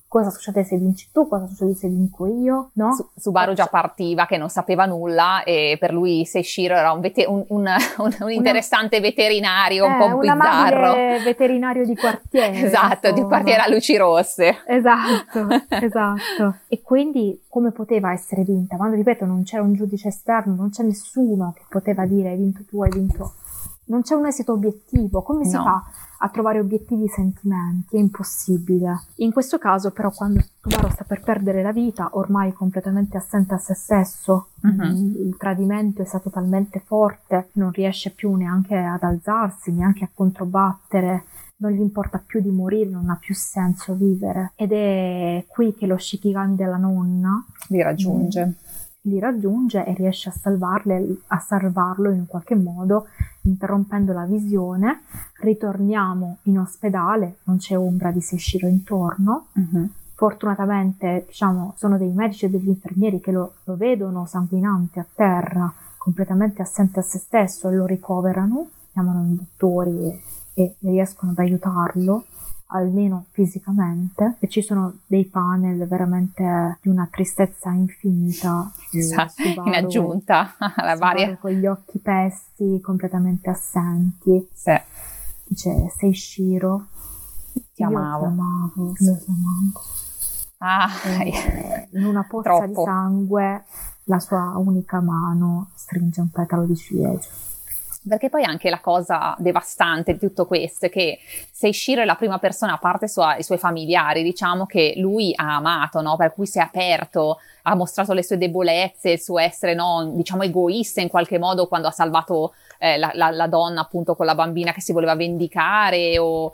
cosa succede se vinci tu, cosa succede se vinco io, no? Subaru già partiva che non sapeva nulla e per lui Seishiro era un interessante veterinario un po' un bizzarro. amabile veterinario di quartiere. Esatto, di quartiere a luci rosse. Esatto. E quindi come poteva essere vinta? Quando, ripeto, non c'era un giudice esterno, non c'è nessuno che poteva dire hai vinto tu, hai vinto. Non c'è un esito obiettivo. Come si fa a trovare obiettivi sentimenti? È impossibile. In questo caso però, quando Subaru sta per perdere la vita, ormai completamente assente a se stesso, il tradimento è stato talmente forte, non riesce più neanche ad alzarsi, neanche a controbattere, non gli importa più di morire, non ha più senso vivere. Ed è qui che lo Shikigami della nonna li raggiunge e riesce a salvarlo in qualche modo, interrompendo la visione. Ritorniamo in ospedale, non c'è ombra di Seishiro intorno. Fortunatamente, diciamo, sono dei medici e degli infermieri che lo vedono sanguinante a terra, completamente assente a se stesso, e lo ricoverano, chiamano i dottori e riescono ad aiutarlo, almeno fisicamente, e ci sono dei panel veramente di una tristezza infinita. Subaru, in aggiunta alla varia, con gli occhi pesti, completamente assenti. Sì. Dice Seishiro, ti amavo. Lo amavo. In una pozza di sangue la sua unica mano stringe un petalo di ciliegio. Perché poi anche la cosa devastante di tutto questo è che Seishiro è la prima persona, a parte i suoi familiari, diciamo, che lui ha amato, no? Per cui si è aperto, ha mostrato le sue debolezze, il suo essere, no, diciamo, egoista in qualche modo quando ha salvato la donna appunto con la bambina che si voleva vendicare,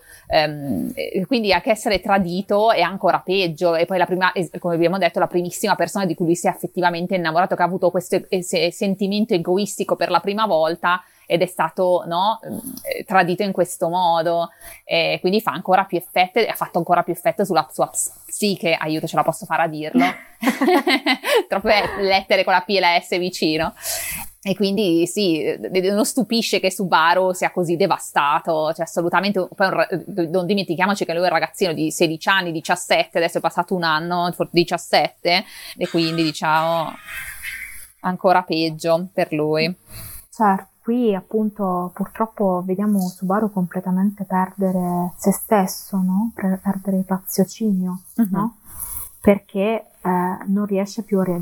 quindi anche essere tradito è ancora peggio. E poi la prima, come abbiamo detto, la primissima persona di cui lui si è effettivamente innamorato, che ha avuto questo sentimento egoistico per la prima volta, ed è stato, no, tradito in questo modo, quindi fa ancora più effetto, e ha fatto ancora più effetto sulla sua psiche. Aiuto, ce la posso fare a dirlo. Troppe lettere con la PLS vicino. E quindi sì, non stupisce che Subaru sia così devastato, cioè assolutamente. Poi non dimentichiamoci che lui è un ragazzino di 16 anni, 17, adesso è passato un anno, 17, e quindi diciamo ancora peggio per lui. Certo. Qui appunto purtroppo vediamo Subaru completamente perdere se stesso, no? Perdere il raziocinio, no? Perché non riesce più a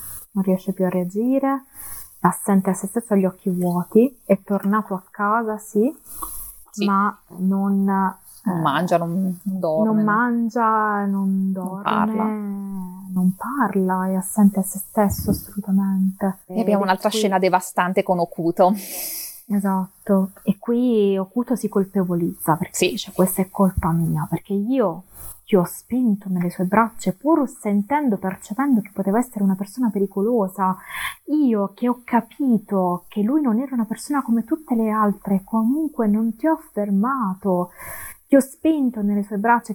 reagire, assente a se stesso, ha gli occhi vuoti, è tornato a casa, sì. Ma non mangia, non dorme. Non mangia, non dorme, non parla, è assente a se stesso assolutamente. E abbiamo un'altra scena devastante con Okuto. Esatto, e qui Okuto si colpevolizza perché dice questa è colpa mia, perché io ti ho spinto nelle sue braccia pur percependo che poteva essere una persona pericolosa, io che ho capito che lui non era una persona come tutte le altre, comunque non ti ho fermato. Ti ho spinto nelle sue braccia,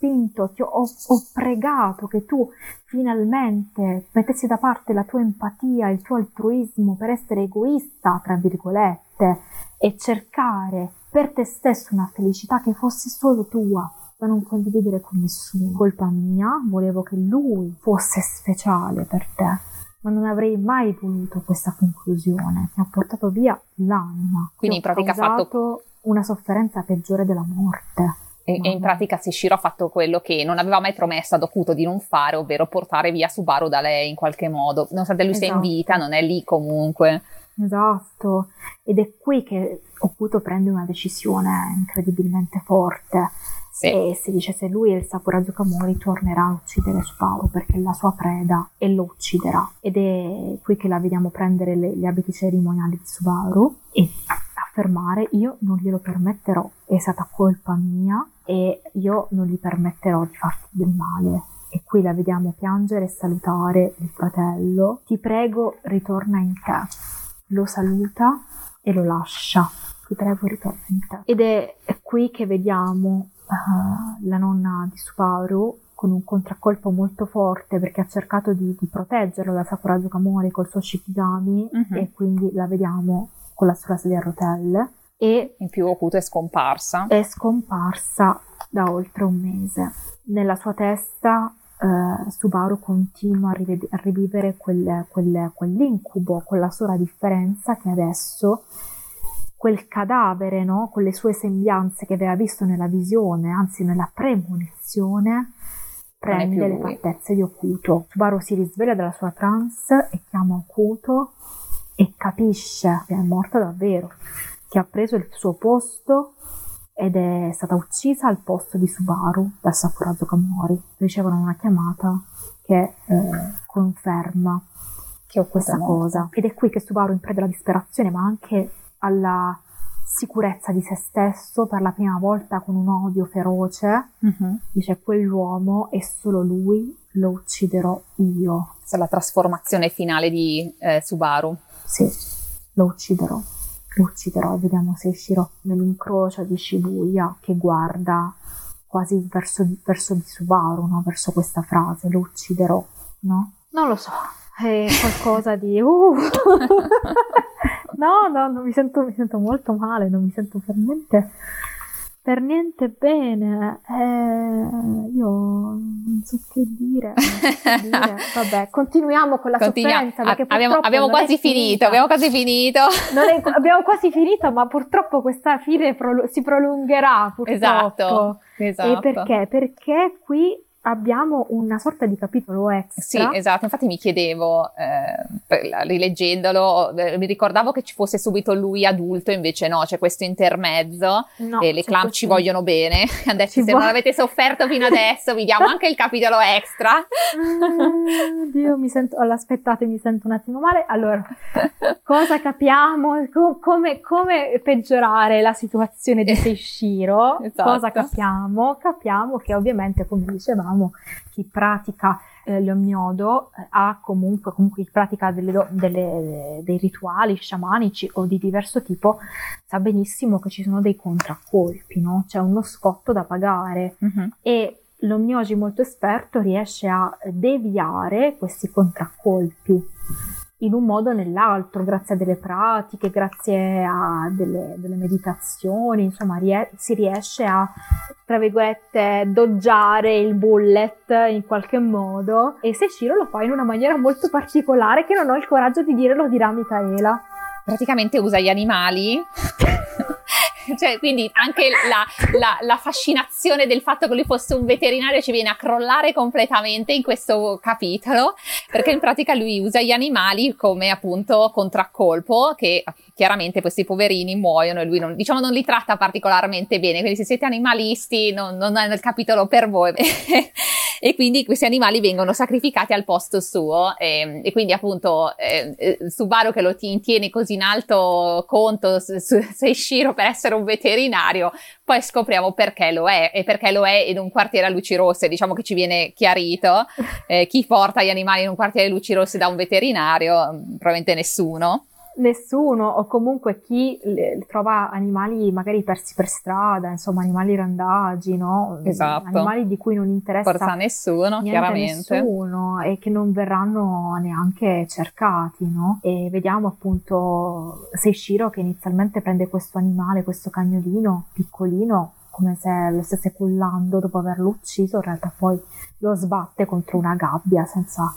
ho pregato che tu finalmente mettessi da parte la tua empatia, il tuo altruismo per essere egoista, tra virgolette, e cercare per te stesso una felicità che fosse solo tua, da non condividere con nessuno. Colpa mia, volevo che lui fosse speciale per te, ma non avrei mai voluto questa conclusione, mi ha portato via l'anima. Quindi in pratica ha fatto una sofferenza peggiore della morte. E in pratica Seishiro ha fatto quello che non aveva mai promesso ad Okuto di non fare, ovvero portare via Subaru da lei in qualche modo. Nonostante lui sia in vita, non è lì comunque. Esatto. Ed è qui che Okuto prende una decisione incredibilmente forte. Sì. E si dice: se lui e il Sakura Tsukamori tornerà a uccidere Subaru perché è la sua preda, e lo ucciderà. Ed è qui che la vediamo prendere gli abiti cerimoniali di Subaru e affermare: io non glielo permetterò, è stata colpa mia e io non gli permetterò di farti del male. E qui la vediamo piangere e salutare il fratello. Ti prego, ritorna in te. Lo saluta e lo lascia. Ti prego, ritorna in te. Ed è qui che vediamo la nonna di Subaru con un contraccolpo molto forte, perché ha cercato di proteggerlo da Sakura Tsukamori col suo Shikigami, e quindi la vediamo con la sua sedia a rotelle. e in più Okuto è scomparsa da oltre un mese. Nella sua testa Subaru continua a rivivere quell'incubo, con la sola differenza che adesso quel cadavere, no, con le sue sembianze che aveva visto nella visione, anzi nella premonizione, prende le fattezze di Okuto. Subaru si risveglia dalla sua trance e chiama Okuto e capisce che è morta davvero, che ha preso il suo posto ed è stata uccisa al posto di Subaru da Sakura Zokamori. Ricevono una chiamata che conferma che ho questa cosa. Ed è qui che Subaru, in preda alla disperazione ma anche alla sicurezza di se stesso, per la prima volta con un odio feroce, dice: quell'uomo è solo lui, lo ucciderò io. Questa è la trasformazione finale di Subaru. Sì, lo ucciderò. Vediamo se uscirò nell'incrocio di Shibuya, che guarda quasi verso di Subaru, no? Verso questa frase, lo ucciderò, no? Non lo so, è qualcosa di... No, mi sento molto male, non mi sento per niente bene. Io non so che dire. Vabbè, continuiamo con la sofferenza, perché abbiamo quasi finito. Abbiamo quasi finito, ma purtroppo questa fine si prolungherà, purtroppo. Esatto. E perché? Perché qui abbiamo una sorta di capitolo extra. Sì, esatto, infatti mi chiedevo, rileggendolo, mi ricordavo che ci fosse subito lui adulto, invece no, c'è questo intermezzo, e le clam ci vogliono bene, hanno detto: se non avete sofferto fino adesso vi diamo anche il capitolo extra. Dio, mi sento un attimo male. Allora, cosa capiamo? Come peggiorare la situazione di Seishiro? Esatto. Cosa capiamo? Capiamo che ovviamente, come dicevamo, chi pratica l'Omnyodo ha comunque chi pratica dei rituali sciamanici o di diverso tipo sa benissimo che ci sono dei contraccolpi, no? C'è uno scotto da pagare, e l'Omnyoji molto esperto riesce a deviare questi contraccolpi in un modo o nell'altro, grazie a delle pratiche, grazie a delle meditazioni, insomma si riesce a, tra virgolette, doggiare il bullet in qualche modo, e Seishiro lo fa in una maniera molto particolare che non ho il coraggio di dire, lo dirà Micaela. Praticamente usa gli animali cioè, quindi anche la fascinazione del fatto che lui fosse un veterinario ci viene a crollare completamente in questo capitolo, perché in pratica lui usa gli animali come appunto contraccolpo, che chiaramente questi poverini muoiono e lui non li tratta particolarmente bene, quindi se siete animalisti non è nel capitolo per voi. E quindi questi animali vengono sacrificati al posto suo, e quindi appunto Subaru, che lo tiene così in alto conto Seishiro per essere un veterinario, poi scopriamo perché lo è, e perché lo è in un quartiere a luci rosse. Diciamo che ci viene chiarito chi porta gli animali in un quartiere a luci rosse da un veterinario, probabilmente nessuno, o comunque chi trova animali magari persi per strada, insomma animali randagi, no? Esatto. Animali di cui non interessa forza nessuno, chiaramente nessuno, e che non verranno neanche cercati, no? E vediamo appunto Seishiro che inizialmente prende questo animale, questo cagnolino piccolino, come se lo stesse cullando dopo averlo ucciso, in realtà poi lo sbatte contro una gabbia senza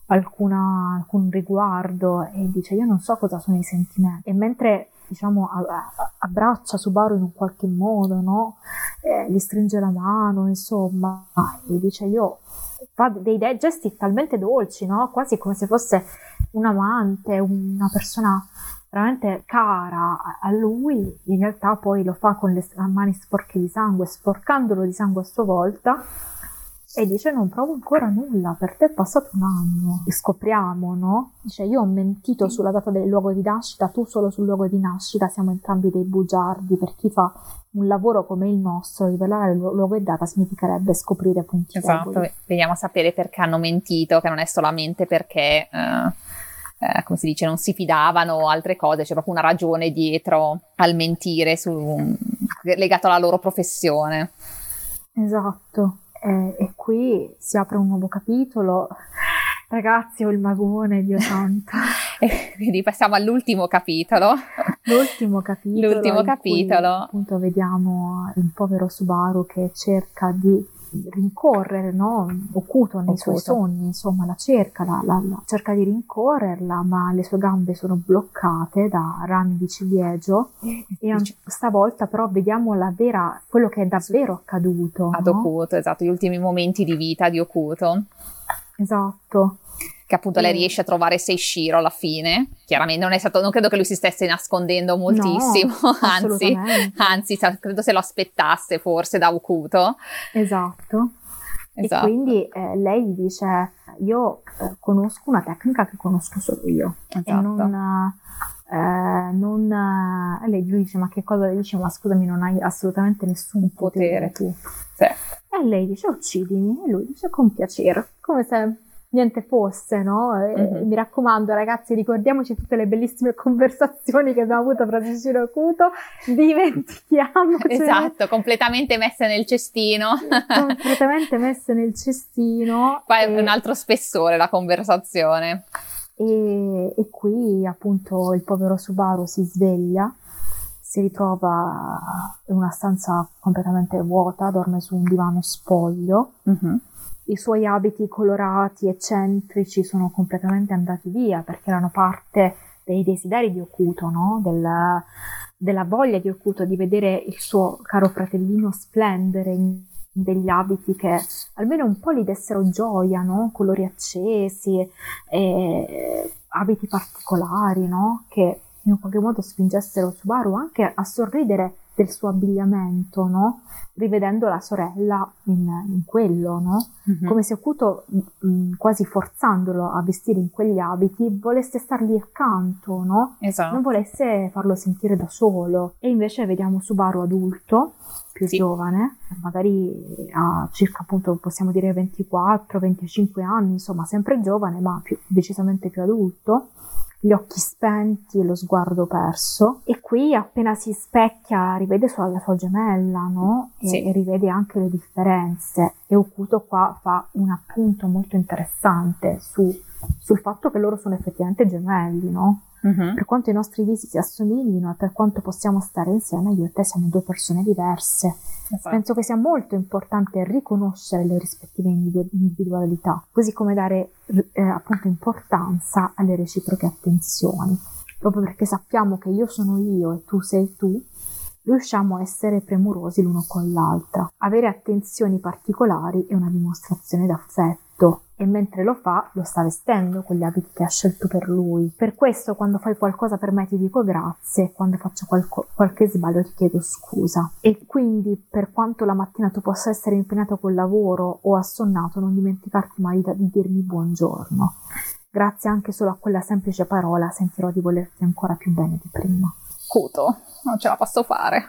alcun riguardo, e dice: io non so cosa sono i sentimenti. E mentre diciamo abbraccia Subaru in un qualche modo, no? Gli stringe la mano, insomma, e dice: io fa dei gesti talmente dolci, no? Quasi come se fosse un amante, una persona veramente cara a lui. In realtà poi lo fa con le mani sporche di sangue, sporcandolo di sangue a sua volta, e dice: non provo ancora nulla, per te è passato un anno. E scopriamo, no? Dice: io ho mentito sulla data del luogo di nascita, tu solo sul luogo di nascita, siamo entrambi dei bugiardi. Per chi fa un lavoro come il nostro, rivelare il luogo e data significherebbe scoprire punti deboli. Esatto, veniamo a sapere perché hanno mentito, che non è solamente perché come si dice, non si fidavano o altre cose, c'è proprio una ragione dietro al mentire legato alla loro professione. Esatto. E qui si apre un nuovo capitolo. Ragazzi, ho il magone, Dio santo. E quindi passiamo all'ultimo capitolo. L'ultimo capitolo. Appunto vediamo il povero Subaru che cerca di rincorrere, no? Okuto nei suoi sogni, insomma la cerca di rincorrerla, ma le sue gambe sono bloccate da rami di ciliegio e stavolta però vediamo quello che è davvero accaduto ad no? Okuto, esatto, gli ultimi momenti di vita di Okuto. Esatto. Che appunto lei riesce a trovare Seishiro alla fine. Chiaramente non credo che lui si stesse nascondendo moltissimo, no, anzi credo se lo aspettasse forse da Okuto. Esatto. E quindi lei gli dice: io conosco una tecnica che conosco solo io. Esatto. E lei dice: ma che cosa? Lei dice: ma scusami, non hai assolutamente nessun potere tu. Sì. E lei dice: uccidimi. E lui dice: con piacere, come se niente fosse, no? Mi raccomando, ragazzi, ricordiamoci tutte le bellissime conversazioni che abbiamo avuto tra Seishiro e Okuto, dimentichiamoci. Esatto, completamente messe nel cestino. Completamente messe nel cestino. Poi è un altro spessore la conversazione. E qui appunto il povero Subaru si sveglia, si ritrova in una stanza completamente vuota, dorme su un divano spoglio. I suoi abiti colorati, eccentrici, sono completamente andati via perché erano parte dei desideri di Okuto, no? Della voglia di Okuto di vedere il suo caro fratellino splendere in degli abiti che almeno un po' gli dessero gioia, no? Colori accesi, abiti particolari, no? Che in qualche modo spingessero Subaru anche a sorridere del suo abbigliamento, no? Rivedendo la sorella in quello, no? Come se Okuto, quasi forzandolo a vestire in quegli abiti, volesse stargli accanto, no? Esatto. Non volesse farlo sentire da solo. E invece vediamo Subaru adulto, più giovane, magari ha circa, appunto, possiamo dire 24-25 anni, insomma sempre giovane, ma decisamente più adulto, gli occhi spenti e lo sguardo perso. E qui appena si specchia rivede la sua gemella, no? E rivede anche le differenze. E Okuto qua fa un appunto molto interessante sul fatto che loro sono effettivamente gemelli, no? Per quanto i nostri visi si assomiglino e per quanto possiamo stare insieme, io e te siamo due persone diverse. Esatto. Penso che sia molto importante riconoscere le rispettive individualità, così come dare appunto importanza alle reciproche attenzioni. Proprio perché sappiamo che io sono io e tu sei tu, riusciamo a essere premurosi l'uno con l'altra. Avere attenzioni particolari è una dimostrazione d'affetto. E mentre lo fa, lo sta vestendo con gli abiti che ha scelto per lui. Per questo, quando fai qualcosa per me ti dico grazie, quando faccio qualche sbaglio ti chiedo scusa. E quindi, per quanto la mattina tu possa essere impegnato col lavoro o assonnato, non dimenticarti mai di dirmi buongiorno. Grazie anche solo a quella semplice parola sentirò di volerti ancora più bene di prima. Okuto, non ce la posso fare.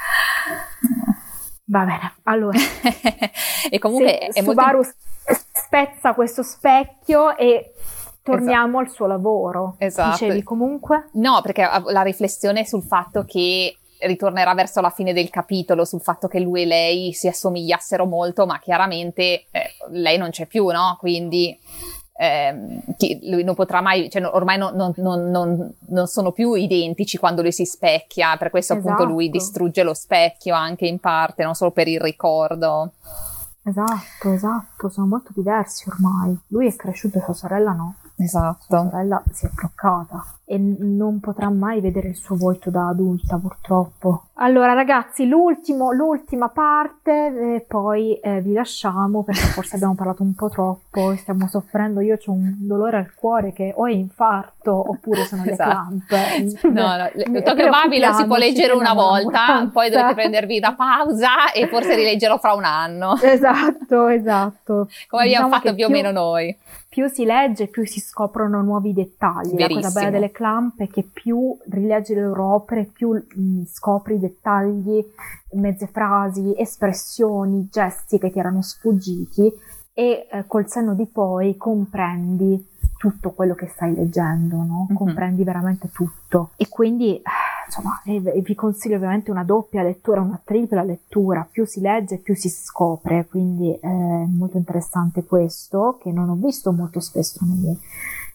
Va bene, allora. E comunque è Subaru spezza questo specchio e torniamo al suo lavoro. Esatto. Dicevi comunque? No, perché la riflessione è sul fatto che ritornerà verso la fine del capitolo, sul fatto che lui e lei si assomigliassero molto, ma chiaramente lei non c'è più, no? Quindi lui non potrà mai, cioè ormai non sono più identici quando lui si specchia, per questo appunto lui distrugge lo specchio anche in parte, non solo per il ricordo. Esatto, sono molto diversi ormai. Lui è cresciuto e sua sorella no. Esatto. Sua sorella si è bloccata e non potrà mai vedere il suo volto da adulta, purtroppo. Allora ragazzi, l'ultima parte e poi vi lasciamo perché forse abbiamo parlato un po' troppo, stiamo soffrendo, io ho un dolore al cuore che o è infarto oppure sono le clamp. No, il Tokyo Babylon si può leggere una volta, poi dovete prendervi una pausa e forse rileggerlo fra un anno. Esatto. Come abbiamo fatto più o meno noi. Più si legge, più si scoprono nuovi dettagli. Verissimo. La cosa bella delle clamp è che più rileggi le loro opere, più scopri dettagli, mezze frasi, espressioni, gesti che ti erano sfuggiti e col senno di poi comprendi tutto quello che stai leggendo, no? Comprendi veramente tutto. E quindi, insomma, vi consiglio ovviamente una doppia lettura, una tripla lettura, più si legge più si scopre, quindi è molto interessante questo, che non ho visto molto spesso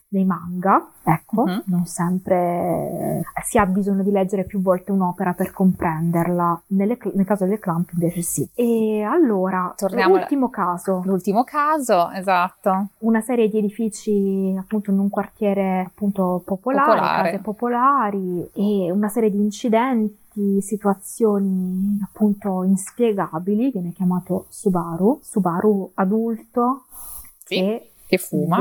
dei manga, ecco, non sempre si ha bisogno di leggere più volte un'opera per comprenderla, nel caso del Clamp invece sì. E allora, torniamo l'ultimo caso, esatto. Una serie di edifici appunto in un quartiere appunto popolare, case popolari, e una serie di incidenti, situazioni appunto inspiegabili. Viene chiamato Subaru adulto, sì, che fuma.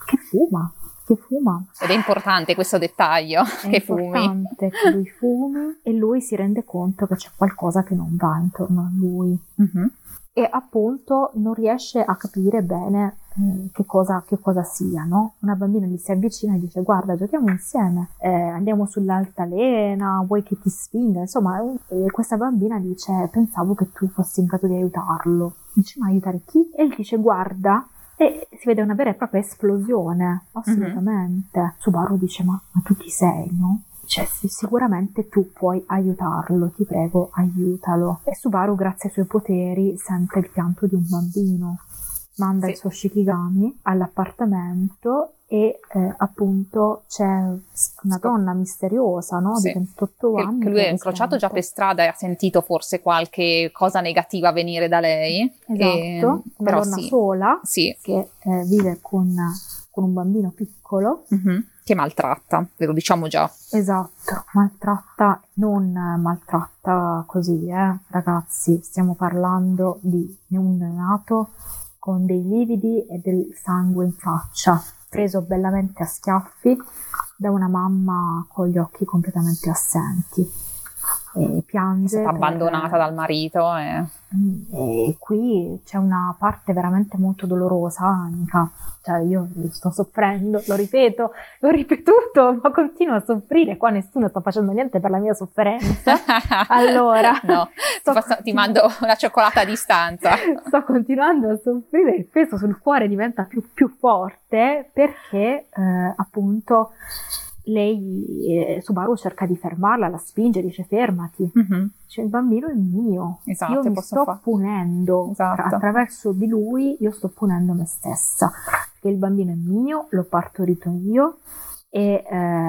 Ed è importante questo dettaglio, che fumi. È importante che lui fumi, e lui si rende conto che c'è qualcosa che non va intorno a lui. E appunto non riesce a capire bene che cosa sia, no? Una bambina gli si avvicina e dice: guarda, giochiamo insieme, andiamo sull'altalena, vuoi che ti spinga? Insomma, e questa bambina dice: pensavo che tu fossi in grado di aiutarlo. Dice: ma aiutare chi? E lui dice: guarda. E si vede una vera e propria esplosione, assolutamente. Subaru dice: ma tu chi sei, no? Cioè, sicuramente tu puoi aiutarlo, ti prego, aiutalo. E Subaru, grazie ai suoi poteri, sente il pianto di un bambino. Manda il suo Shikigami all'appartamento e appunto c'è una donna misteriosa, no? Di 28 anni. Che lui è incrociato già per strada e ha sentito forse qualche cosa negativa venire da lei. Esatto, una donna sola che vive con un bambino piccolo. Che maltratta, ve lo diciamo già. Esatto, non maltratta così, ragazzi, stiamo parlando di un neonato con dei lividi e del sangue in faccia, preso bellamente a schiaffi da una mamma con gli occhi completamente assenti. E piange. È stata abbandonata dal marito. E qui c'è una parte veramente molto dolorosa, Anica. Cioè, io sto soffrendo, lo ripeto, l'ho ripetuto, ma continuo a soffrire. Qua nessuno sta facendo niente per la mia sofferenza. Allora, no, ti mando una cioccolata a distanza. Sto continuando a soffrire, il peso sul cuore diventa più forte perché appunto Subaru cerca di fermarla, la spinge, dice: fermati, cioè, il bambino è mio, esatto, io mi sto punendo, esatto. Attraverso di lui io sto punendo me stessa, perché il bambino è mio, l'ho partorito io e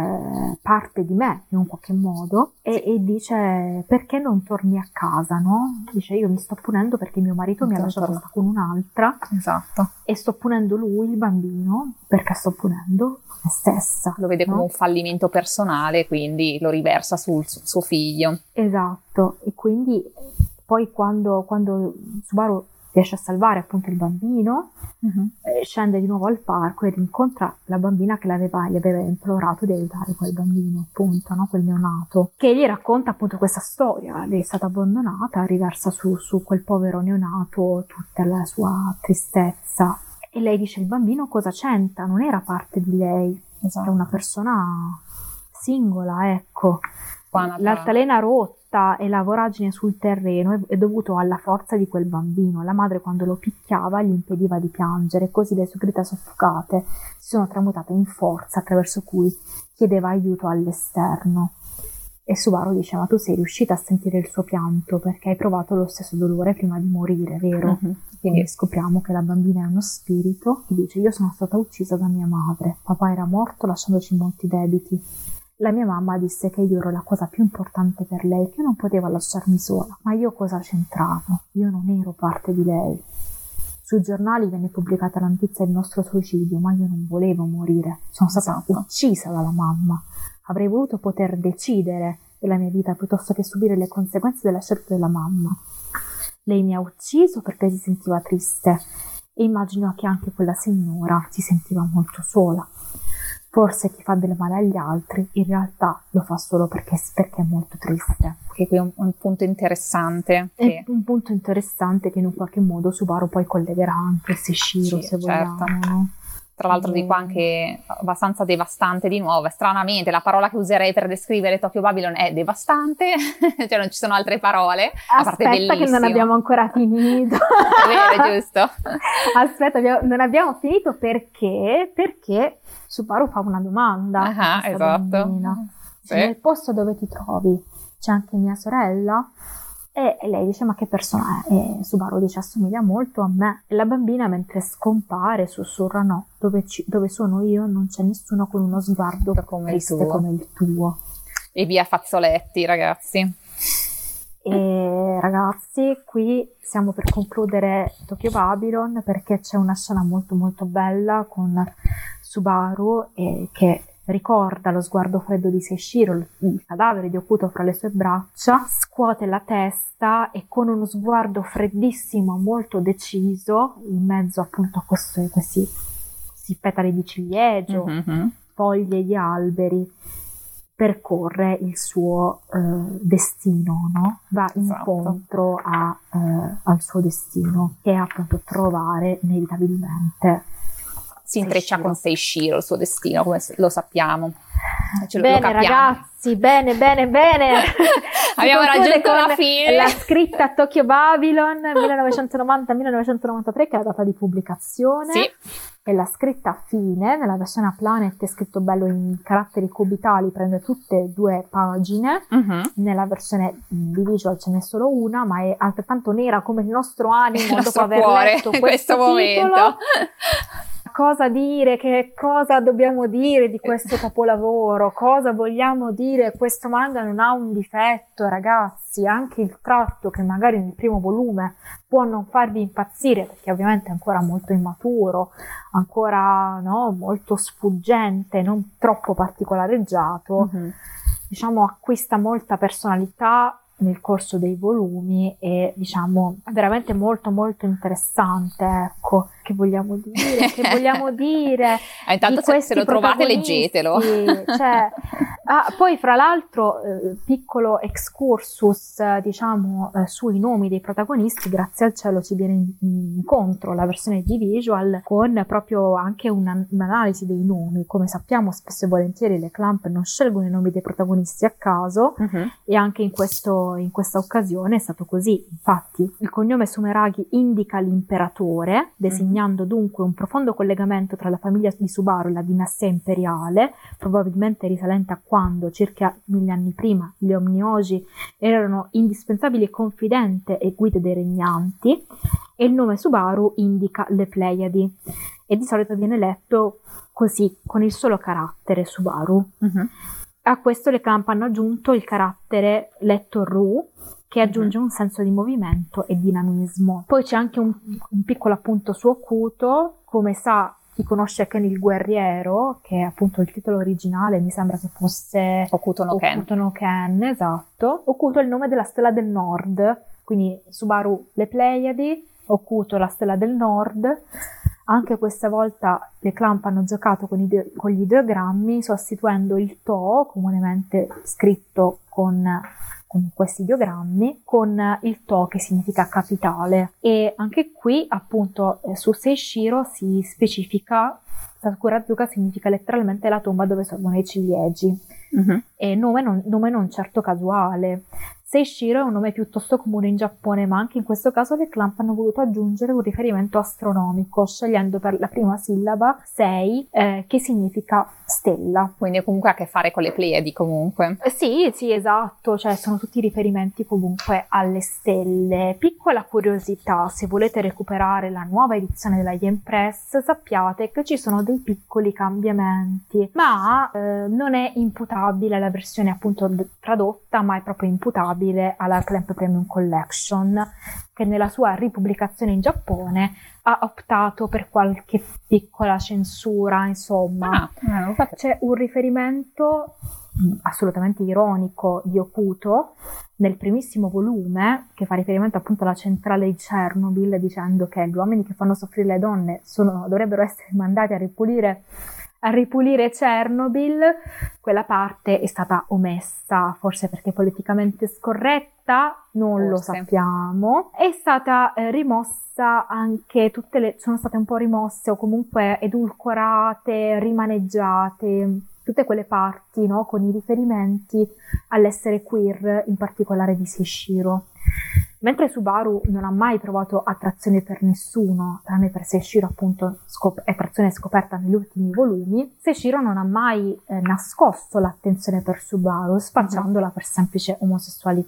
parte di me in un qualche modo, e dice: perché non torni a casa, no? Dice: io mi sto punendo perché mio marito mi ha lasciato sta con un'altra, esatto, e sto punendo lui, il bambino, perché sto punendo me stessa. Lo vede come un fallimento personale, quindi lo riversa sul suo figlio. Esatto, e quindi poi quando Subaru riesce a salvare appunto il bambino, scende di nuovo al parco ed incontra la bambina che gli aveva implorato di aiutare quel bambino, appunto, no? Quel neonato, che gli racconta appunto questa storia. Lei è stata abbandonata, riversa su quel povero neonato tutta la sua tristezza, e lei dice: il bambino cosa c'entra? Non era parte di lei, era una persona singola, ecco. L'altalena rotta e la voragine sul terreno è dovuto alla forza di quel bambino. La madre, quando lo picchiava, gli impediva di piangere, così le sue grida soffocate si sono tramutate in forza attraverso cui chiedeva aiuto all'esterno. E Subaru dice: ma tu sei riuscita a sentire il suo pianto perché hai provato lo stesso dolore prima di morire, vero? Quindi scopriamo che la bambina è uno spirito che dice: io sono stata uccisa da mia madre, papà era morto lasciandoci molti debiti. La mia mamma disse che io ero la cosa più importante per lei, che non poteva lasciarmi sola. Ma io cosa c'entravo? Io non ero parte di lei. Sui giornali venne pubblicata la notizia del nostro suicidio, ma io non volevo morire. Sono stata uccisa dalla mamma. Avrei voluto poter decidere della mia vita piuttosto che subire le conseguenze della scelta della mamma. Lei mi ha ucciso perché si sentiva triste, e immagino che anche quella signora si sentiva molto sola. Forse chi fa del male agli altri in realtà lo fa solo perché è molto triste. Che qui è un punto interessante. È un punto interessante che in un qualche modo Subaru poi collegherà anche a Seshiro, se vogliamo, no? Tra l'altro dico anche abbastanza devastante di nuovo, stranamente la parola che userei per descrivere Tokyo Babylon è devastante, cioè non ci sono altre parole, a parte bellissimo. Aspetta che non abbiamo ancora finito. È vero, giusto? Aspetta, non abbiamo finito perché Subaru fa una domanda. Esatto. Nel posto dove ti trovi c'è anche mia sorella? E lei dice: ma che persona è? E Subaru dice: assomiglia molto a me. E la bambina, mentre scompare, sussurra: no, dove sono io non c'è nessuno con uno sguardo triste come il tuo. E via fazzoletti, ragazzi. E ragazzi, qui siamo per concludere Tokyo Babylon, perché c'è una scena molto molto bella con Subaru che ricorda lo sguardo freddo di Seishiro, il cadavere di Okuto fra le sue braccia, scuote la testa e con uno sguardo freddissimo, molto deciso, in mezzo appunto a questi petali di ciliegio, foglie di alberi, percorre il suo destino, no? Va incontro al suo destino, che è appunto trovare inevitabilmente. Si intreccia con Seishiro il suo destino, come lo sappiamo. Bene ragazzi, bene. Abbiamo raggiunto la fine. La scritta Tokyo Babylon 1990-1993, che è la data di pubblicazione. Sì. E la scritta fine, nella versione a Planet è scritto bello in caratteri cubitali, prende tutte e 2 pagine. Nella versione di visual ce n'è solo una, ma è altrettanto nera come il nostro animo dopo aver letto questo momento. Cosa dire, che cosa dobbiamo dire di questo capolavoro, cosa vogliamo dire? Questo manga non ha un difetto, ragazzi, anche il tratto che magari nel primo volume può non farvi impazzire, perché ovviamente è ancora molto immaturo, ancora molto sfuggente, non troppo particolareggiato, diciamo acquista molta personalità nel corso dei volumi e diciamo veramente molto molto interessante, ecco. Che vogliamo dire intanto se lo trovate leggetelo, cioè, poi fra l'altro piccolo excursus diciamo sui nomi dei protagonisti, grazie al cielo ci viene incontro la versione di visual con proprio anche un'analisi dei nomi. Come sappiamo, spesso e volentieri le Clamp non scelgono i nomi dei protagonisti a caso, e anche in questa occasione è stato così. Infatti il cognome Sumeragi indica l'imperatore, designando dunque un profondo collegamento tra la famiglia di Subaru e la dinastia imperiale, probabilmente risalente a quando, circa 1000 anni prima, gli Omnioji erano indispensabili confidente e guide dei regnanti, e il nome Subaru indica le Pleiadi, e di solito viene letto così, con il solo carattere Subaru. A questo le Clamp hanno aggiunto il carattere letto Ru, che aggiunge un senso di movimento e dinamismo. Poi c'è anche un piccolo appunto su Okuto. Come sa chi conosce Ken il guerriero, che è appunto il titolo originale, mi sembra che fosse Okuto no Ken, esatto. Okuto è il nome della stella del nord, quindi Subaru le Pleiadi, Okuto la stella del nord. Anche questa volta le Clamp hanno giocato con gli ideogrammi, sostituendo il To, comunemente scritto con questi ideogrammi, con il To che significa capitale. E anche qui appunto su Seishiro si specifica, Sakurazuka significa letteralmente la tomba dove sorgono i ciliegi, e nome non certo casuale. Seishiro è un nome piuttosto comune in Giappone, ma anche in questo caso le Clamp hanno voluto aggiungere un riferimento astronomico, scegliendo per la prima sillaba Sei, che significa stella. Quindi comunque ha a che fare con le Pleiadi comunque. Sì, esatto, cioè sono tutti riferimenti comunque alle stelle. Piccola curiosità, se volete recuperare la nuova edizione della Yen Press, sappiate che ci sono dei piccoli cambiamenti, ma non è imputabile alla versione appunto tradotta, ma è proprio imputabile alla Clamp Premium Collection, che nella sua ripubblicazione in Giappone ha optato per qualche piccola censura, insomma. C'è un riferimento assolutamente ironico di Okuto nel primissimo volume, che fa riferimento appunto alla centrale di Chernobyl, dicendo che gli uomini che fanno soffrire le donne dovrebbero essere mandati a ripulire Chernobyl. Quella parte è stata omessa, forse perché politicamente scorretta, non lo sappiamo. È stata rimossa anche sono state un po' rimosse o comunque edulcorate, rimaneggiate, tutte quelle parti, no, con i riferimenti all'essere queer, in particolare di Seishiro. Mentre Subaru non ha mai trovato attrazione per nessuno, tranne per Seishiro, appunto, attrazione scoperta negli ultimi volumi, Seishiro non ha mai nascosto l'attenzione per Subaru, spacciandola per semplice omosessualità.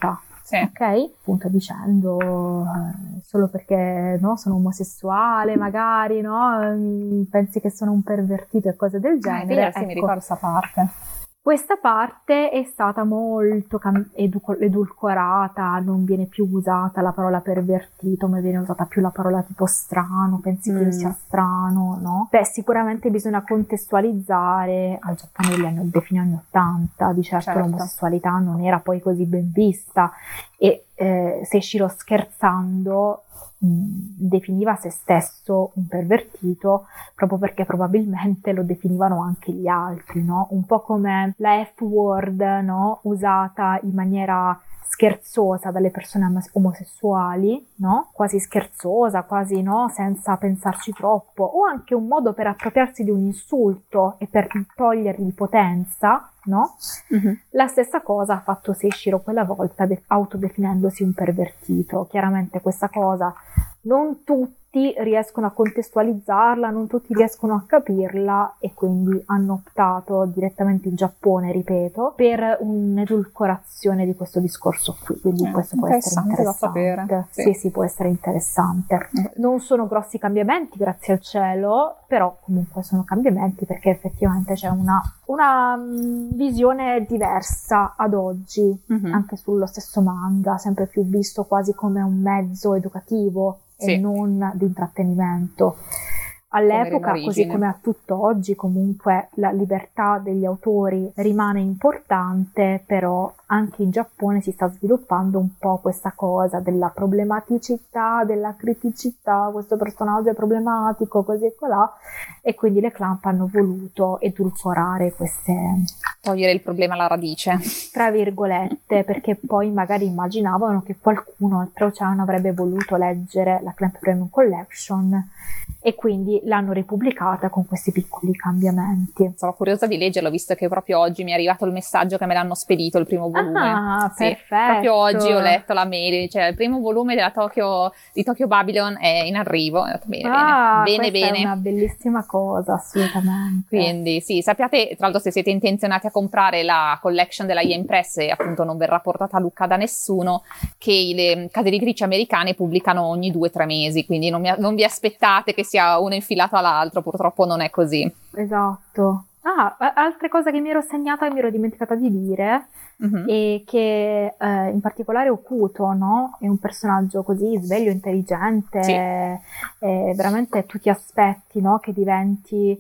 Sì. Ok? Appunto dicendo solo perché no, sono omosessuale magari, no? Pensi che sono un pervertito e cose del genere. Sì, mi Ecco, ricordo questa parte. questa parte è stata molto edulcorata, non viene più usata la parola pervertito, ma viene usata più la parola tipo strano, pensi che io sia strano, no? Beh, sicuramente bisogna contestualizzare al Giappone dei fine anni 80, di certo l'omosessualità non era poi così ben vista e Seishiro scherzando definiva se stesso un pervertito proprio perché probabilmente lo definivano anche gli altri, no? Un po' come la F-word, no? Usata in maniera scherzosa dalle persone omosessuali, no? Quasi scherzosa, quasi no? Senza pensarci troppo, o anche un modo per appropriarsi di un insulto e per togliergli potenza, no? Mm-hmm. La stessa cosa ha fatto Seishiro quella volta autodefinendosi un pervertito. Chiaramente questa cosa non tutti riescono a contestualizzarla, non tutti riescono a capirla e quindi hanno optato direttamente in Giappone, ripeto, per un'edulcorazione di questo discorso qui, quindi questo può essere interessante da sapere. Sì, può essere interessante. Non sono grossi cambiamenti, grazie al cielo, però comunque sono cambiamenti perché effettivamente c'è una visione diversa ad oggi, anche sullo stesso manga, sempre più visto quasi come un mezzo educativo e non di intrattenimento. All'epoca, così come a tutt'oggi, comunque la libertà degli autori rimane importante, però anche in Giappone si sta sviluppando un po' questa cosa della problematicità, della criticità, questo personaggio è problematico, così e colà, e quindi le Clamp hanno voluto edulcorare queste... togliere il problema alla radice. Tra virgolette, perché poi magari immaginavano che qualcuno oltreoceano avrebbe voluto leggere la Clamp Premium Collection e quindi l'hanno ripubblicata con questi piccoli cambiamenti. Sono curiosa di leggerlo, visto che proprio oggi mi è arrivato il messaggio che me l'hanno spedito il primo volume. Ah, perfetto. Proprio oggi ho letto la mail, cioè il primo volume di Tokyo Babylon è in arrivo. Bene. È una bellissima cosa, assolutamente. Quindi sì, sappiate, tra l'altro, se siete intenzionati a comprare la collection della Yen Press e appunto non verrà portata a Lucca da nessuno, che le case editrici americane pubblicano ogni 2-3 mesi, quindi non vi aspettate che sia uno infilato all'altro, purtroppo non è così. Esatto. Altre cose che mi ero segnata e mi ero dimenticata di dire e che in particolare Okuto, no? È un personaggio così sveglio, intelligente, veramente tutti aspetti, no? Che diventi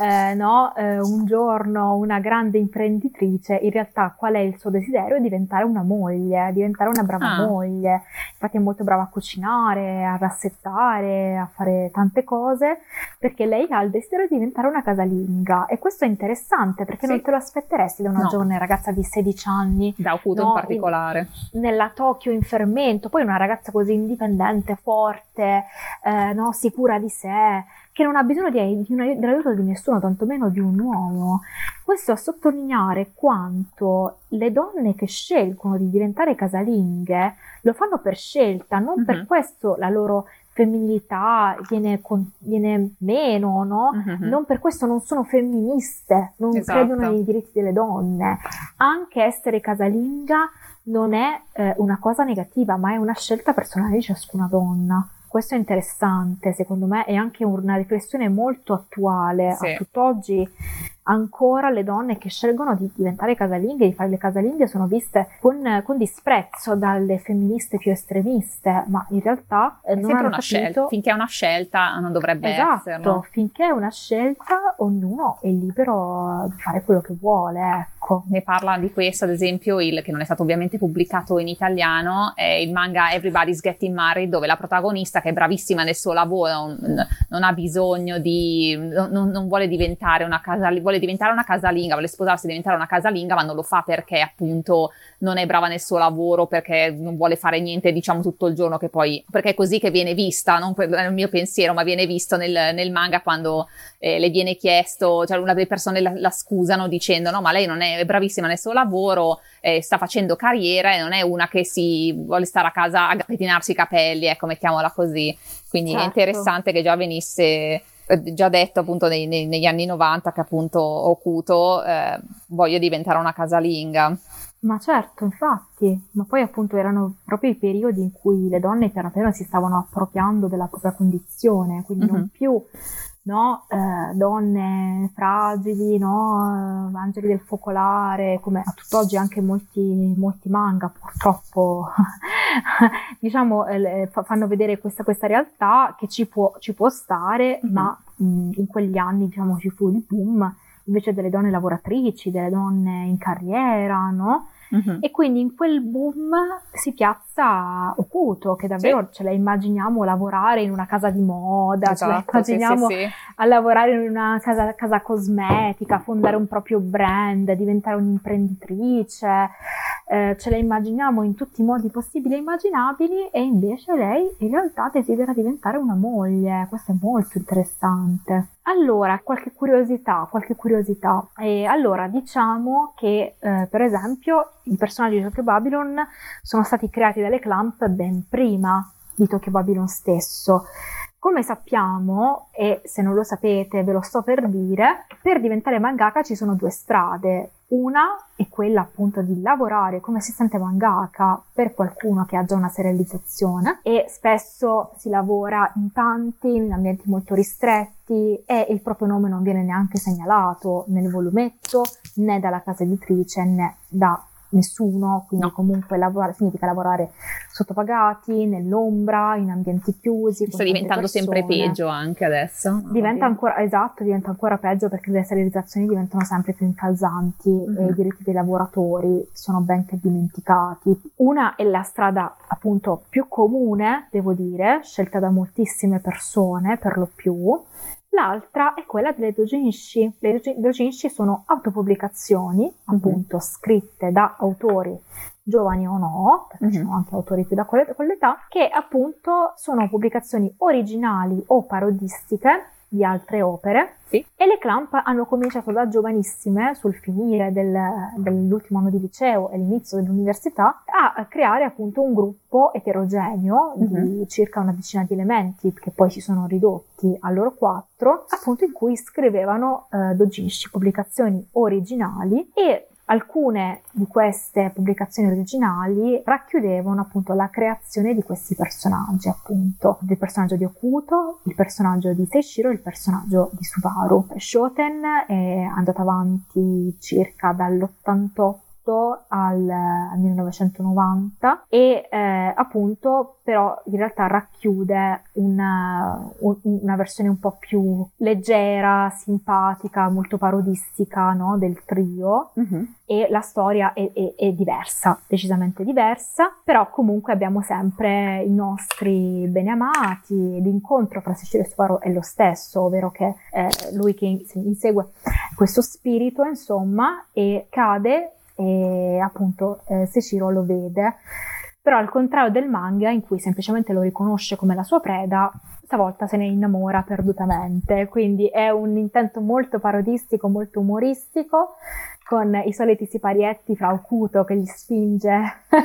un giorno una grande imprenditrice. In realtà qual è il suo desiderio? È diventare una moglie, diventare una brava moglie. Infatti è molto brava a cucinare, a rassettare, a fare tante cose, perché lei ha il desiderio di diventare una casalinga, e questo è interessante perché non te lo aspetteresti da una giovane ragazza di 16 anni, da Okuto in particolare, nella Tokyo in fermento, poi una ragazza così indipendente, forte, sicura di sé, che non ha bisogno dell'aiuto di nessuno, tantomeno di un uomo. Questo a sottolineare quanto le donne che scelgono di diventare casalinghe lo fanno per scelta, non per questo la loro femminilità viene meno, no? Non per questo non sono femministe, non credono nei diritti delle donne. Anche essere casalinga non è una cosa negativa, ma è una scelta personale di ciascuna donna. Questo è interessante, secondo me, è anche una riflessione molto attuale a tutt'oggi. Ancora le donne che scelgono di diventare casalinghe, di fare le casalinghe, sono viste con disprezzo dalle femministe più estremiste, ma in realtà non hanno capito... scelta. Finché è una scelta non dovrebbe esserlo. Finché è una scelta ognuno è libero di fare quello che vuole, ecco. Ne parla di questo, ad esempio, che non è stato ovviamente pubblicato in italiano, è il manga Everybody's Getting Married, dove la protagonista, che è bravissima nel suo lavoro, non ha bisogno di... non vuole diventare una casalinga, vuole sposarsi e diventare una casalinga, ma non lo fa perché appunto non è brava nel suo lavoro, perché non vuole fare niente, diciamo, tutto il giorno, perché è così che viene vista, non è il mio pensiero, ma viene visto nel manga quando le viene chiesto, cioè una delle persone la scusano dicendo no, ma lei non è bravissima nel suo lavoro, sta facendo carriera e non è una che si vuole stare a casa a pettinarsi i capelli, ecco, mettiamola così. Quindi è interessante che già venisse già detto appunto negli anni 90 che appunto Okuto voglio diventare una casalinga. Ma certo, infatti, ma poi appunto erano proprio i periodi in cui le donne piano piano si stavano appropriando della propria condizione, quindi non più, no, donne fragili, no, angeli del focolare, come a tutt'oggi anche molti manga purtroppo diciamo fanno vedere questa realtà che ci può stare, ma in quegli anni diciamo ci fu il boom invece delle donne lavoratrici, delle donne in carriera, no? E quindi in quel boom si piazza Okuto, che davvero ce la immaginiamo lavorare in una casa di moda, esatto, ce la immaginiamo a lavorare in una casa cosmetica, fondare un proprio brand, diventare un'imprenditrice, ce la immaginiamo in tutti i modi possibili e immaginabili, e invece lei in realtà desidera diventare una moglie. Questo è molto interessante. Allora, qualche curiosità. Allora, diciamo che per esempio i personaggi di Tokyo Babylon sono stati creati dalle Clamp ben prima di Tokyo Babylon stesso. Come sappiamo, e se non lo sapete ve lo sto per dire, per diventare mangaka ci sono due strade. Una è quella appunto di lavorare come assistente mangaka per qualcuno che ha già una serializzazione, e spesso si lavora in ambienti molto ristretti, e il proprio nome non viene neanche segnalato nel volumetto né dalla casa editrice né da nessuno, quindi comunque significa lavorare sottopagati, nell'ombra, in ambienti chiusi. Sta diventando sempre peggio anche adesso. Diventa ancora peggio, perché le serializzazioni diventano sempre più incalzanti e i diritti dei lavoratori sono ben che dimenticati. Una è la strada appunto più comune, devo dire, scelta da moltissime persone per lo più. L'altra è quella delle doujinshi. Le doujinshi sono autopubblicazioni, appunto, scritte da autori giovani o no, perché ci sono anche autori più da quell'età, che appunto sono pubblicazioni originali o parodistiche di altre opere. E le Clamp hanno cominciato da giovanissime, sul finire dell'ultimo anno di liceo e l'inizio dell'università, a creare appunto un gruppo eterogeneo di circa una decina di elementi, che poi si sono ridotti a loro 4, appunto, in cui scrivevano doujinshi, pubblicazioni originali, e alcune di queste pubblicazioni originali racchiudevano appunto la creazione di questi personaggi, appunto il personaggio di Okuto, il personaggio di Seishiro e il personaggio di Subaru. Shoten è andato avanti circa dall'88 al 1990 e appunto però in realtà racchiude una versione un po' più leggera, simpatica, molto parodistica, no, del trio. E la storia è diversa, decisamente diversa, però comunque abbiamo sempre i nostri beneamati, l'incontro fra Seishiro e Subaru è lo stesso, ovvero che lui che insegue questo spirito, insomma, e cade, e appunto Seishiro lo vede, però al contrario del manga in cui semplicemente lo riconosce come la sua preda, stavolta se ne innamora perdutamente, quindi è un intento molto parodistico, molto umoristico, con i soliti siparietti fra Okuto che li spinge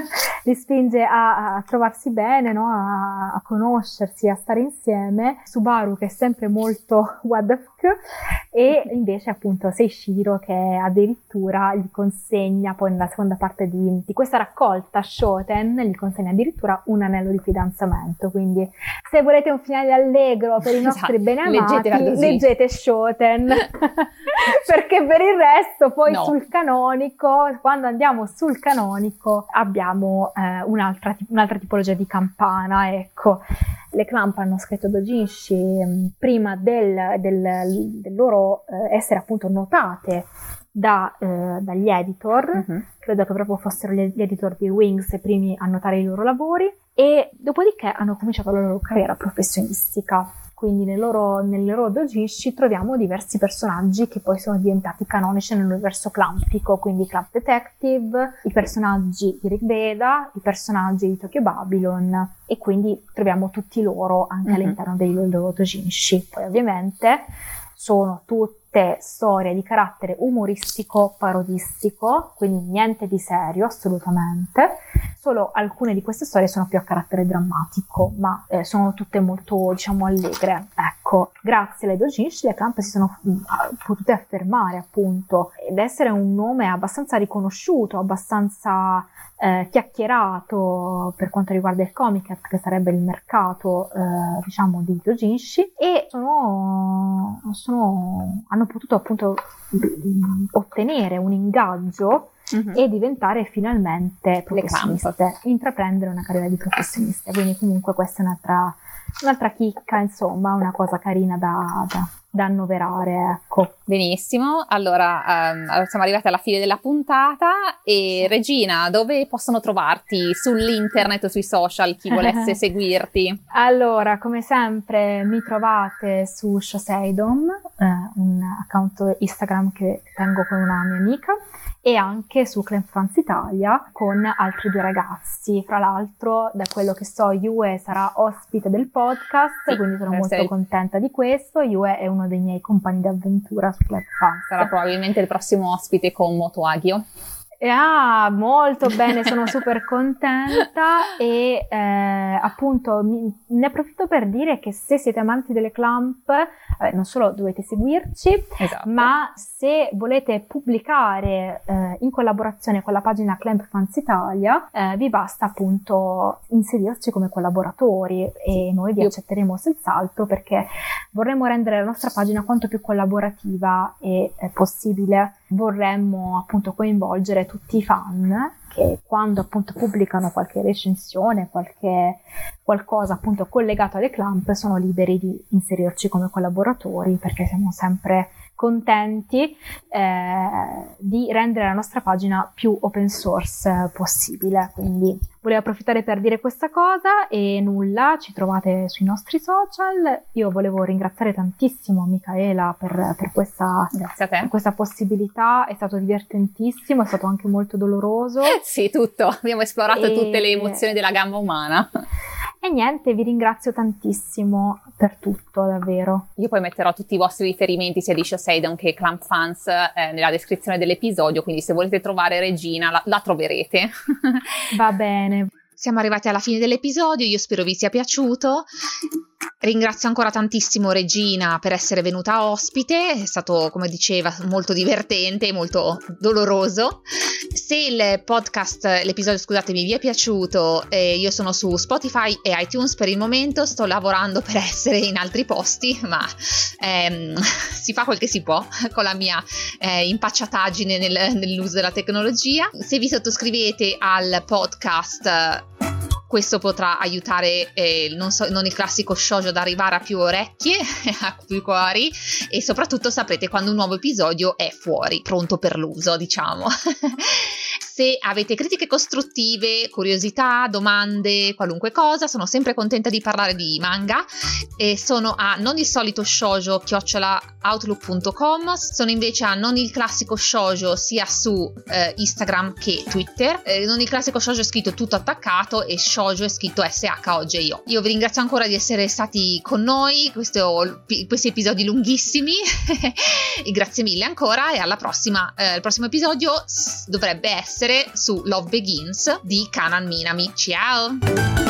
a trovarsi bene, no? a conoscersi, a stare insieme, Subaru che è sempre molto what the fuck, e invece appunto Seishiro che addirittura gli consegna poi nella seconda parte di questa raccolta Shoten, gli consegna addirittura un anello di fidanzamento. Quindi se volete un finale allegro per i nostri beneamati, leggete Shoten perché per il resto poi sul canonico, quando andiamo sul canonico abbiamo un'altra tipologia di campana, ecco. Le Clamp hanno scritto doujinshi prima del loro essere appunto notate dagli editor, credo che proprio fossero gli editor di Wings i primi a notare i loro lavori, e dopodiché hanno cominciato la loro carriera professionistica. Quindi nelle loro doujinshi troviamo diversi personaggi che poi sono diventati canonici nell'universo clampico, quindi Clamp Detective, i personaggi di Rigveda, i personaggi di Tokyo Babylon, e quindi troviamo tutti loro anche all'interno dei loro doujinshi. Poi ovviamente sono tutti tutte storie di carattere umoristico, parodistico, quindi niente di serio assolutamente. Solo alcune di queste storie sono più a carattere drammatico, ma sono tutte molto, diciamo, allegre. Ecco, grazie alle doujinshi le Clamp si sono potute affermare, appunto, ed essere un nome abbastanza riconosciuto, abbastanza chiacchierato per quanto riguarda il comic, che sarebbe il mercato diciamo di doujinshi, e hanno potuto appunto ottenere un ingaggio e diventare finalmente professioniste, intraprendere una carriera di professionista. Quindi comunque questa è un'altra chicca, insomma, una cosa carina da annoverare, ecco. Benissimo, allora siamo arrivati alla fine della puntata e Regina, dove possono trovarti sull'internet o sui social chi volesse seguirti? Allora, come sempre mi trovate su Shoseidom, un account Instagram che tengo con una mia amica, e anche su Clamp Fans Italia con altri 2 ragazzi. Fra l'altro, da quello che so, Yue sarà ospite del podcast, quindi sono molto contenta di questo. Yue è uno dei miei compagni d'avventura su Clamp Fans. Sarà probabilmente il prossimo ospite con Moto Agio. Molto bene, sono super contenta e appunto ne approfitto per dire che se siete amanti delle Clamp, non solo dovete seguirci, esatto, ma se volete pubblicare in collaborazione con la pagina Clamp Fans Italia, vi basta appunto inserirci come collaboratori e noi vi accetteremo senz'altro, perché vorremmo rendere la nostra pagina quanto più collaborativa e possibile. Vorremmo appunto coinvolgere tutti i fan che quando appunto pubblicano qualche recensione, qualcosa appunto collegato alle Clamp, sono liberi di inserirci come collaboratori, perché siamo sempre contenti di rendere la nostra pagina più open source possibile. Quindi volevo approfittare per dire questa cosa e nulla, ci trovate sui nostri social. Io volevo ringraziare tantissimo Micaela per questa possibilità, è stato divertentissimo, è stato anche molto doloroso. Sì, tutto, abbiamo esplorato tutte le emozioni della gamba umana. E niente, vi ringrazio tantissimo per tutto, davvero. Io poi metterò tutti i vostri riferimenti sia di Shoseidom che Clamp Fans nella descrizione dell'episodio, quindi se volete trovare Regina la troverete. Va bene. Siamo arrivati alla fine dell'episodio, io spero vi sia piaciuto. Ringrazio ancora tantissimo Regina per essere venuta ospite, è stato, come diceva, molto divertente e molto doloroso. Se l'episodio, scusatemi, vi è piaciuto, io sono su Spotify e iTunes per il momento, sto lavorando per essere in altri posti, ma si fa quel che si può con la mia impacciataggine nell'uso della tecnologia. Se vi sottoscrivete al podcast, questo potrà aiutare non il classico shoujo ad arrivare a più orecchie, a più cuori, e soprattutto saprete quando un nuovo episodio è fuori, pronto per l'uso, diciamo. Se avete critiche costruttive, curiosità, domande, qualunque cosa, sono sempre contenta di parlare di manga. Sono a nonilsolitoshoujo@outlook.com, sono invece a nonilclassicoshoujo sia su Instagram che Twitter. Non il classico shoujo è scritto tutto attaccato e shoujo è scritto SHOJO. Io vi ringrazio ancora di essere stati con noi questi episodi lunghissimi e grazie mille ancora, e alla prossima. Il prossimo episodio dovrebbe essere su Love Begins di Kanan Minami. Ciao!